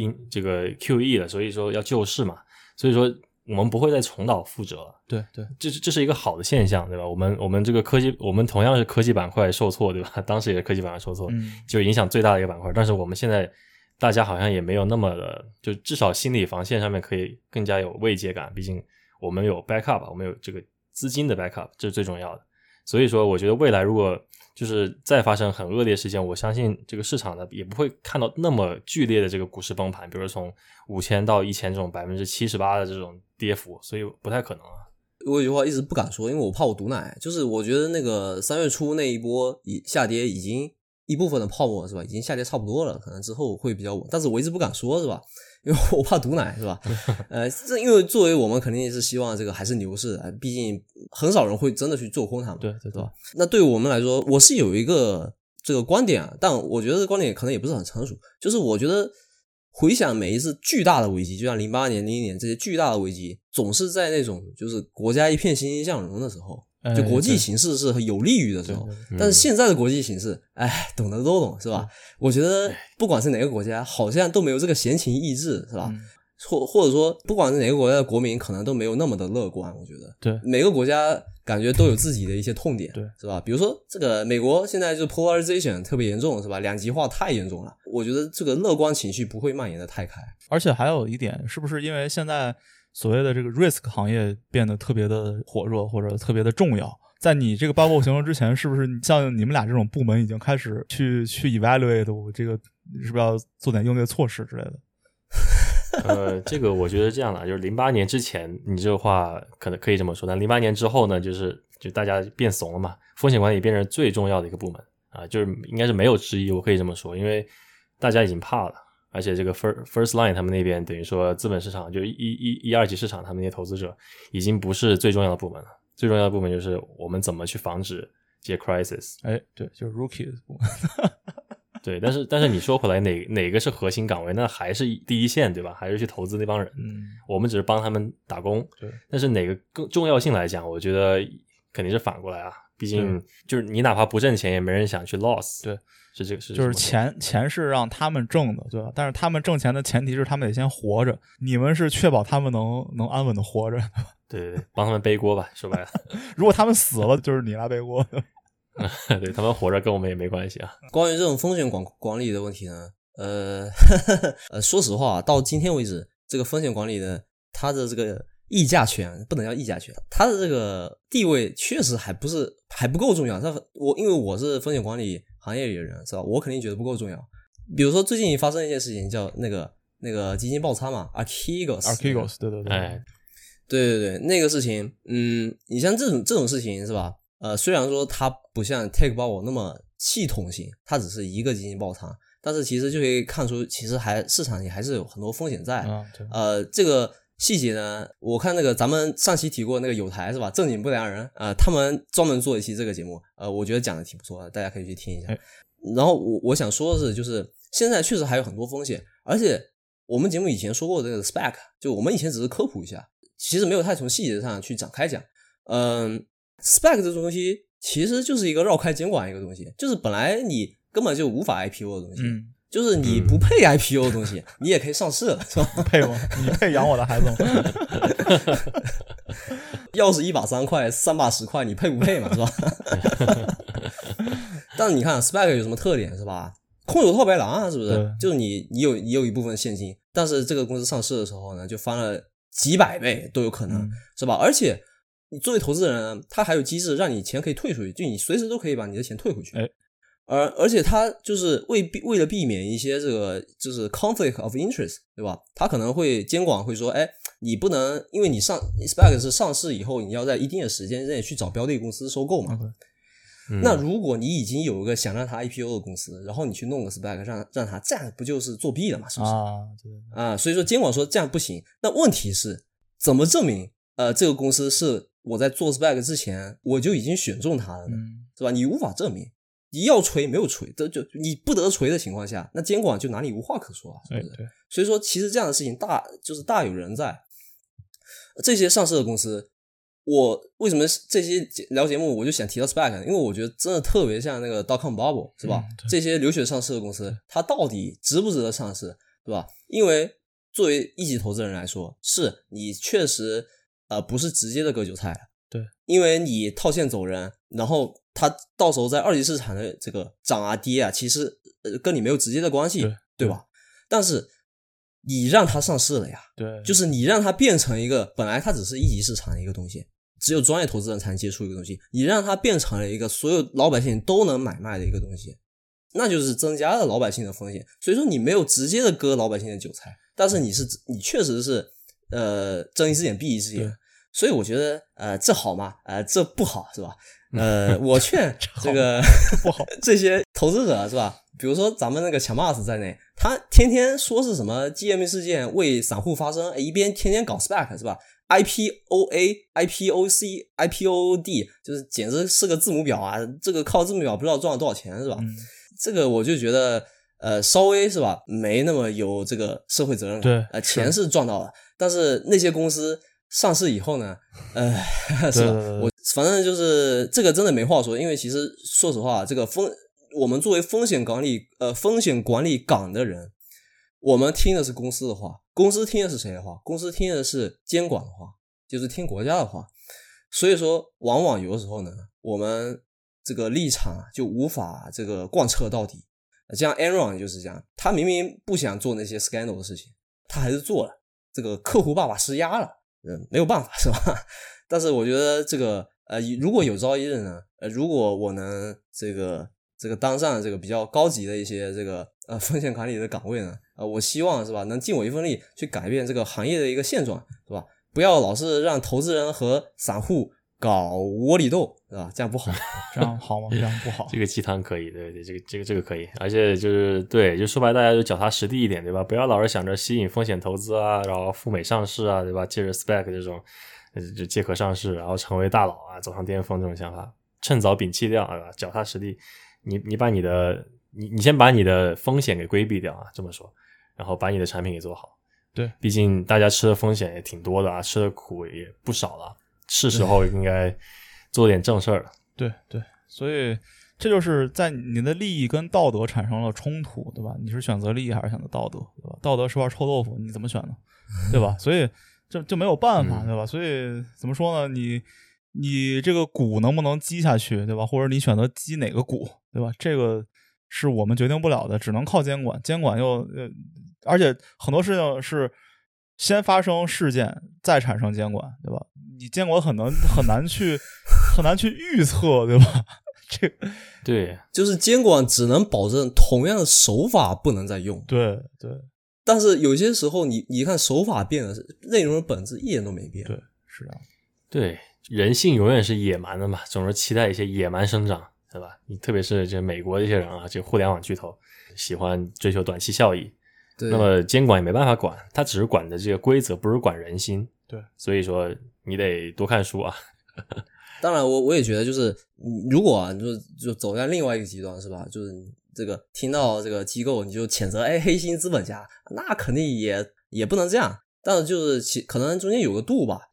QE 了，所以说要救市嘛。所以说我们不会再重蹈覆辙了。 对， 这是一个好的现象，对吧？我们这个我们同样是科技板块受挫，对吧？当时也是科技板块受挫，就是影响最大的一个板块。但是我们现在大家好像也没有那么的，就至少心理防线上面可以更加有慰藉感。毕竟我们有 backup， 我们有这个资金的 backup， 这是最重要的。所以说，我觉得未来如果就是再发生很恶劣事件，我相信这个市场呢也不会看到那么剧烈的这个股市崩盘，比如从5000到1000这种78%的这种跌幅，所以不太可能啊。 我有句话一直不敢说，因为我怕我毒奶，就是我觉得那个3月初那一波下跌已经一部分的泡沫是吧，已经下跌差不多了，可能之后会比较稳，但是我一直不敢说是吧，因为我怕毒奶是吧？这因为作为我们肯定是希望这个还是牛市，毕竟很少人会真的去做空它们， 对吧？那对我们来说，我是有一个这个观点啊，但我觉得这个观点可能也不是很成熟，就是我觉得回想每一次巨大的危机，就像08年、00年这些巨大的危机，总是在那种就是国家一片欣欣向荣的时候。就国际形势是很有利于的时候，但是现在的国际形势，懂得都懂是吧？我觉得不管是哪个国家，好像都没有这个闲情逸致是吧？或者说，不管是哪个国家的国民，可能都没有那么的乐观。我觉得， 对每个国家感觉都有自己的一些痛点， 对， 是吧？比如说这个美国现在就 polarization 特别严重，是吧？两极化太严重了。我觉得这个乐观情绪不会蔓延的太开。 而且还有一点，是不是因为现在所谓的这个 risk 行业变得特别的火热或者特别的重要？在你这个 bubble 形成之前，是不是像你们俩这种部门已经开始去 evaluate 我这个是不是要做点应对措施之类的？ 这个我觉得这样啦，就是08年之前你这个话可以这么说，但08年之后呢，就大家变怂了嘛，风险管理变成最重要的一个部门啊，就是应该是没有之一，我可以这么说，因为大家已经怕了，而且这个 first line 他们那边等于说资本市场就一二级市场，他们那些投资者已经不是最重要的部门了，最重要的部门就是我们怎么去防止这些 crisis。 对，就是 rookie 的部门。 对，但是你说回来哪个是核心岗位，那还是第一线，对吧？还是去投资那帮人，我们只是帮他们打工。 对， 但是哪个更重要性来讲，我觉得肯定是反过来啊。毕竟就是你哪怕不挣钱，也没人想去 loss。 对， 是这个就是钱是让他们挣的，对吧？但是他们挣钱的前提是他们得先活着，你们是确保他们能安稳的活着。 对，帮他们背锅吧，说白了。 如果他们死了，就是你来背锅。 对，他们活着跟我们也没关系啊。 关于这种风险管理的问题呢，说实话，到今天为止，这个风险管理的它的这个议价权不能叫议价权，它的这个地位确实还不够重要。因为我是风险管理行业里的人，是吧？我肯定觉得不够重要。比如说最近发生一件事情，叫那个基金爆仓嘛 ，Archegos， 对，那个事情，你像这种事情是吧？虽然说它不像 Take Bubble 那么系统性，它只是一个基金爆仓，但是其实就可以看出，其实市场里还是有很多风险在。这个细节呢，我看那个咱们上期提过那个有台是吧？正经不良人他们专门做一期这个节目，我觉得讲的挺不错的，大家可以去听一下。然后我想说的是，就是现在确实还有很多风险，而且我们节目以前说过这个 SPAC， 就我们以前只是科普一下。 其实没有太从细节上去展开讲。spec 这种东西其实就是一个绕开监管一个东西，就是本来你根本就无法 IPO 的东西，就是你不配 IPO 的东西，你也可以上市了，是吧？ 配吗？你配养我的孩子吗？ 钥匙1把3块，3把10块，你配不配嘛，是吧？但是你看 spec 有什么特点是吧？空手套白狼啊，是不是？就是你有一部分现金，但是这个公司上市的时候呢，就翻了几百倍都有可能，是吧？而且你作为投资人，他还有机制让你钱可以退出去，就你随时都可以把你的钱退回去。而且他就是为了避免一些这个就是 conflict of interest， 对吧？他可能会监管会说，你不能因为你SPAC 是上市以后，你要在一定的时间内去找标的公司收购嘛。那如果你已经有一个想让他 IPO 的公司，然后你去弄个 SPAC 让他，这样不就是作弊了嘛？是不是？对。所以说监管说这样不行。那问题是怎么证明这个公司是我在做 SPAC 之前我就已经选中它了呢？是吧？你无法证明。你要锤没有锤，就你不得锤的情况下，那监管就拿你无话可说啊，是不是？所以说其实这样的事情大有人在。这些上市的公司，我为什么这些聊节目我就想提到 SPAC， 因为我觉得真的特别像那个 .com bubble， 是吧？这些流血上市的公司，它到底值不值得上市，对吧？因为作为一级投资人来说，是你确实不是直接的割韭菜了， 对， 因为你套现走人，然后他到时候在二级市场的这个涨啊跌啊，其实跟你没有直接的关系，对吧？但是你让它上市了呀， 对， 就是你让它变成一个本来它只是一级市场的一个东西，只有专业投资人才能接触一个东西，你让它变成了一个所有老百姓都能买卖的一个东西，那就是增加了老百姓的风险。所以说你没有直接的割老百姓的韭菜，但是你确实是睁一只眼闭一只眼。所以我觉得这好吗？这不好，是吧？我劝这个不好这些投资者，是吧？比如说咱们那个强 Mars 在内，他天天说是什么 GM 事件为散户发声，一边天天搞 SPAC， 是吧？ IPOA、IPOC、IPOD 就是简直是个字母表啊，这个靠字母表不知道赚了多少钱，是吧？这个我就觉得稍微是吧没那么有这个社会责任感。 对， 钱是赚到了，但是那些公司上市以后呢是吧？我反正就是这个真的没话说，因为其实说实话，这个我们作为风险管理岗的人，我们听的是公司的话，公司听的是谁的话？公司听的是监管的话，就是听国家的话。所以说往往有的时候呢，我们这个立场就无法这个贯彻到底。像 Enron 就是这样，他明明不想做那些 scandal 的事情，他还是做了，这个客户爸爸施压了，没有办法，是吧？但是我觉得这个如果有朝一日呢，如果我能这个当上这个比较高级的一些这个风险管理的岗位呢，我希望是吧，能尽我一份力去改变这个行业的一个现状，是吧？不要老是让投资人和散户搞窝里斗，是吧？这样不好。 这样好吗？这样不好。 这个鸡汤可以，对，这个可以，而且就是对，就说白，大家就脚踏实地一点，对吧？不要老是想着吸引风险投资啊，然后赴美上市啊，对吧？借着 SPAC 这种就借壳上市，然后成为大佬啊，走上巅峰这种想法，趁早摒弃掉啊，脚踏实地。你把你先把你的风险给规避掉啊，这么说，然后把你的产品给做好。 对， 毕竟大家吃的风险也挺多的啊，吃的苦也不少了，是时候应该做点正事儿了。 对对，所以这就是在你的利益跟道德产生了冲突，对吧？你是选择利益还是选择道德，对吧？道德是块臭豆腐，你怎么选呢？对吧？所以就没有办法，对吧？所以怎么说呢？你这个股能不能积下去，对吧？或者你选择积哪个股，对吧？这个是我们决定不了的，只能靠监管。监管又而且很多事情是先发生事件再产生监管，对吧？你监管很难去预测，对吧？这个对， 就是监管只能保证同样的手法不能再用。 对对， 但是有些时候你看手法变了，内容的本质一点都没变。 对，是这样。 对，人性永远是野蛮的嘛，总是期待一些野蛮生长，对吧？你特别是这美国的一些人啊，这互联网巨头喜欢追求短期效益。那么监管也没办法管，他只是管的这个规则，不是管人心。 对， 所以说你得多看书啊。 当然我也觉得就是如果啊就走在另外一个极端，是吧？就是这个听到这个机构你就谴责黑心资本家，那肯定也不能这样。但是就是可能中间有个度吧，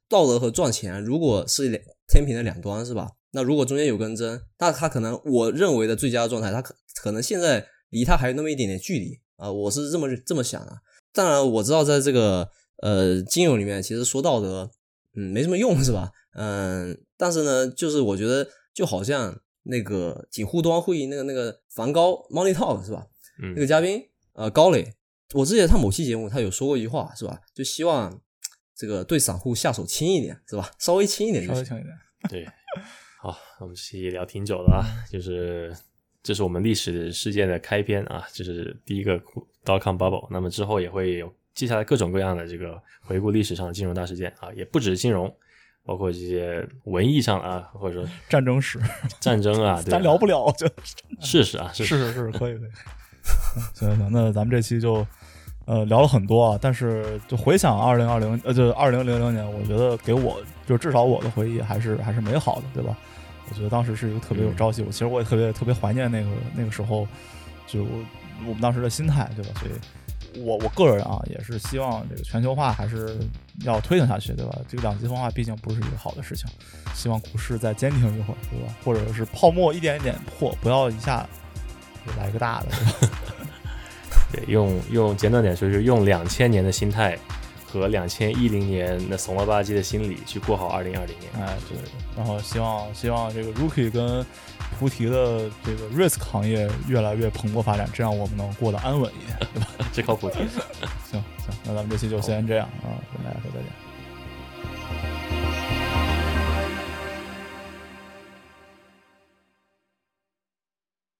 道德和赚钱如果是天平的两端是吧？那如果中间有根针，那他可能我认为的最佳状态，他可能现在离他还有那么一点点距离啊，我是这么想的。当然我知道在这个金融里面其实说道德没什么用是吧？但是呢就是我觉得就好像那个锦湖端会议那个梵高 Money Talk 是吧？那个嘉宾高磊，我记得他某期节目他有说过一句话是吧？就希望这个对散户下手轻一点是吧？稍微轻一点就行。 稍微轻一点。 对，好，我们这期聊挺久了啊，就是这是我们历史事件的开篇啊，就是第一个 .com bubble， 那么之后也会有接下来各种各样的这个回顾历史上的金融大事件啊，也不止金融，包括这些文艺上啊，或者说战争史、 战争啊，对， 咱聊不了， 是啊，是可以。行，那咱们这期就聊了很多啊，但是就回想2000年，我觉得给我就至少我的回忆还是美好的，对吧？我觉得当时是一个特别有朝气，其实我也特别怀念那个时候，就我们当时的心态，对吧？所以我个人啊，也是希望这个全球化还是要推行下去，对吧？这个两极分化毕竟不是一个好的事情，希望股市再坚挺一会儿，对吧？或者是泡沫一点一点破，不要一下来个大的，对吧？ 对，用简短点说，就是用2000年的心态和2010年那怂了吧唧的心理去过好2020年。 哎，对。然后希望这个 Rookie 跟菩提的这个 Risk 行业越来越蓬勃发展，这样我们能过得安稳一点，对吧？ 这靠菩提。 行，那咱们这期就先这样啊，跟大家说再见。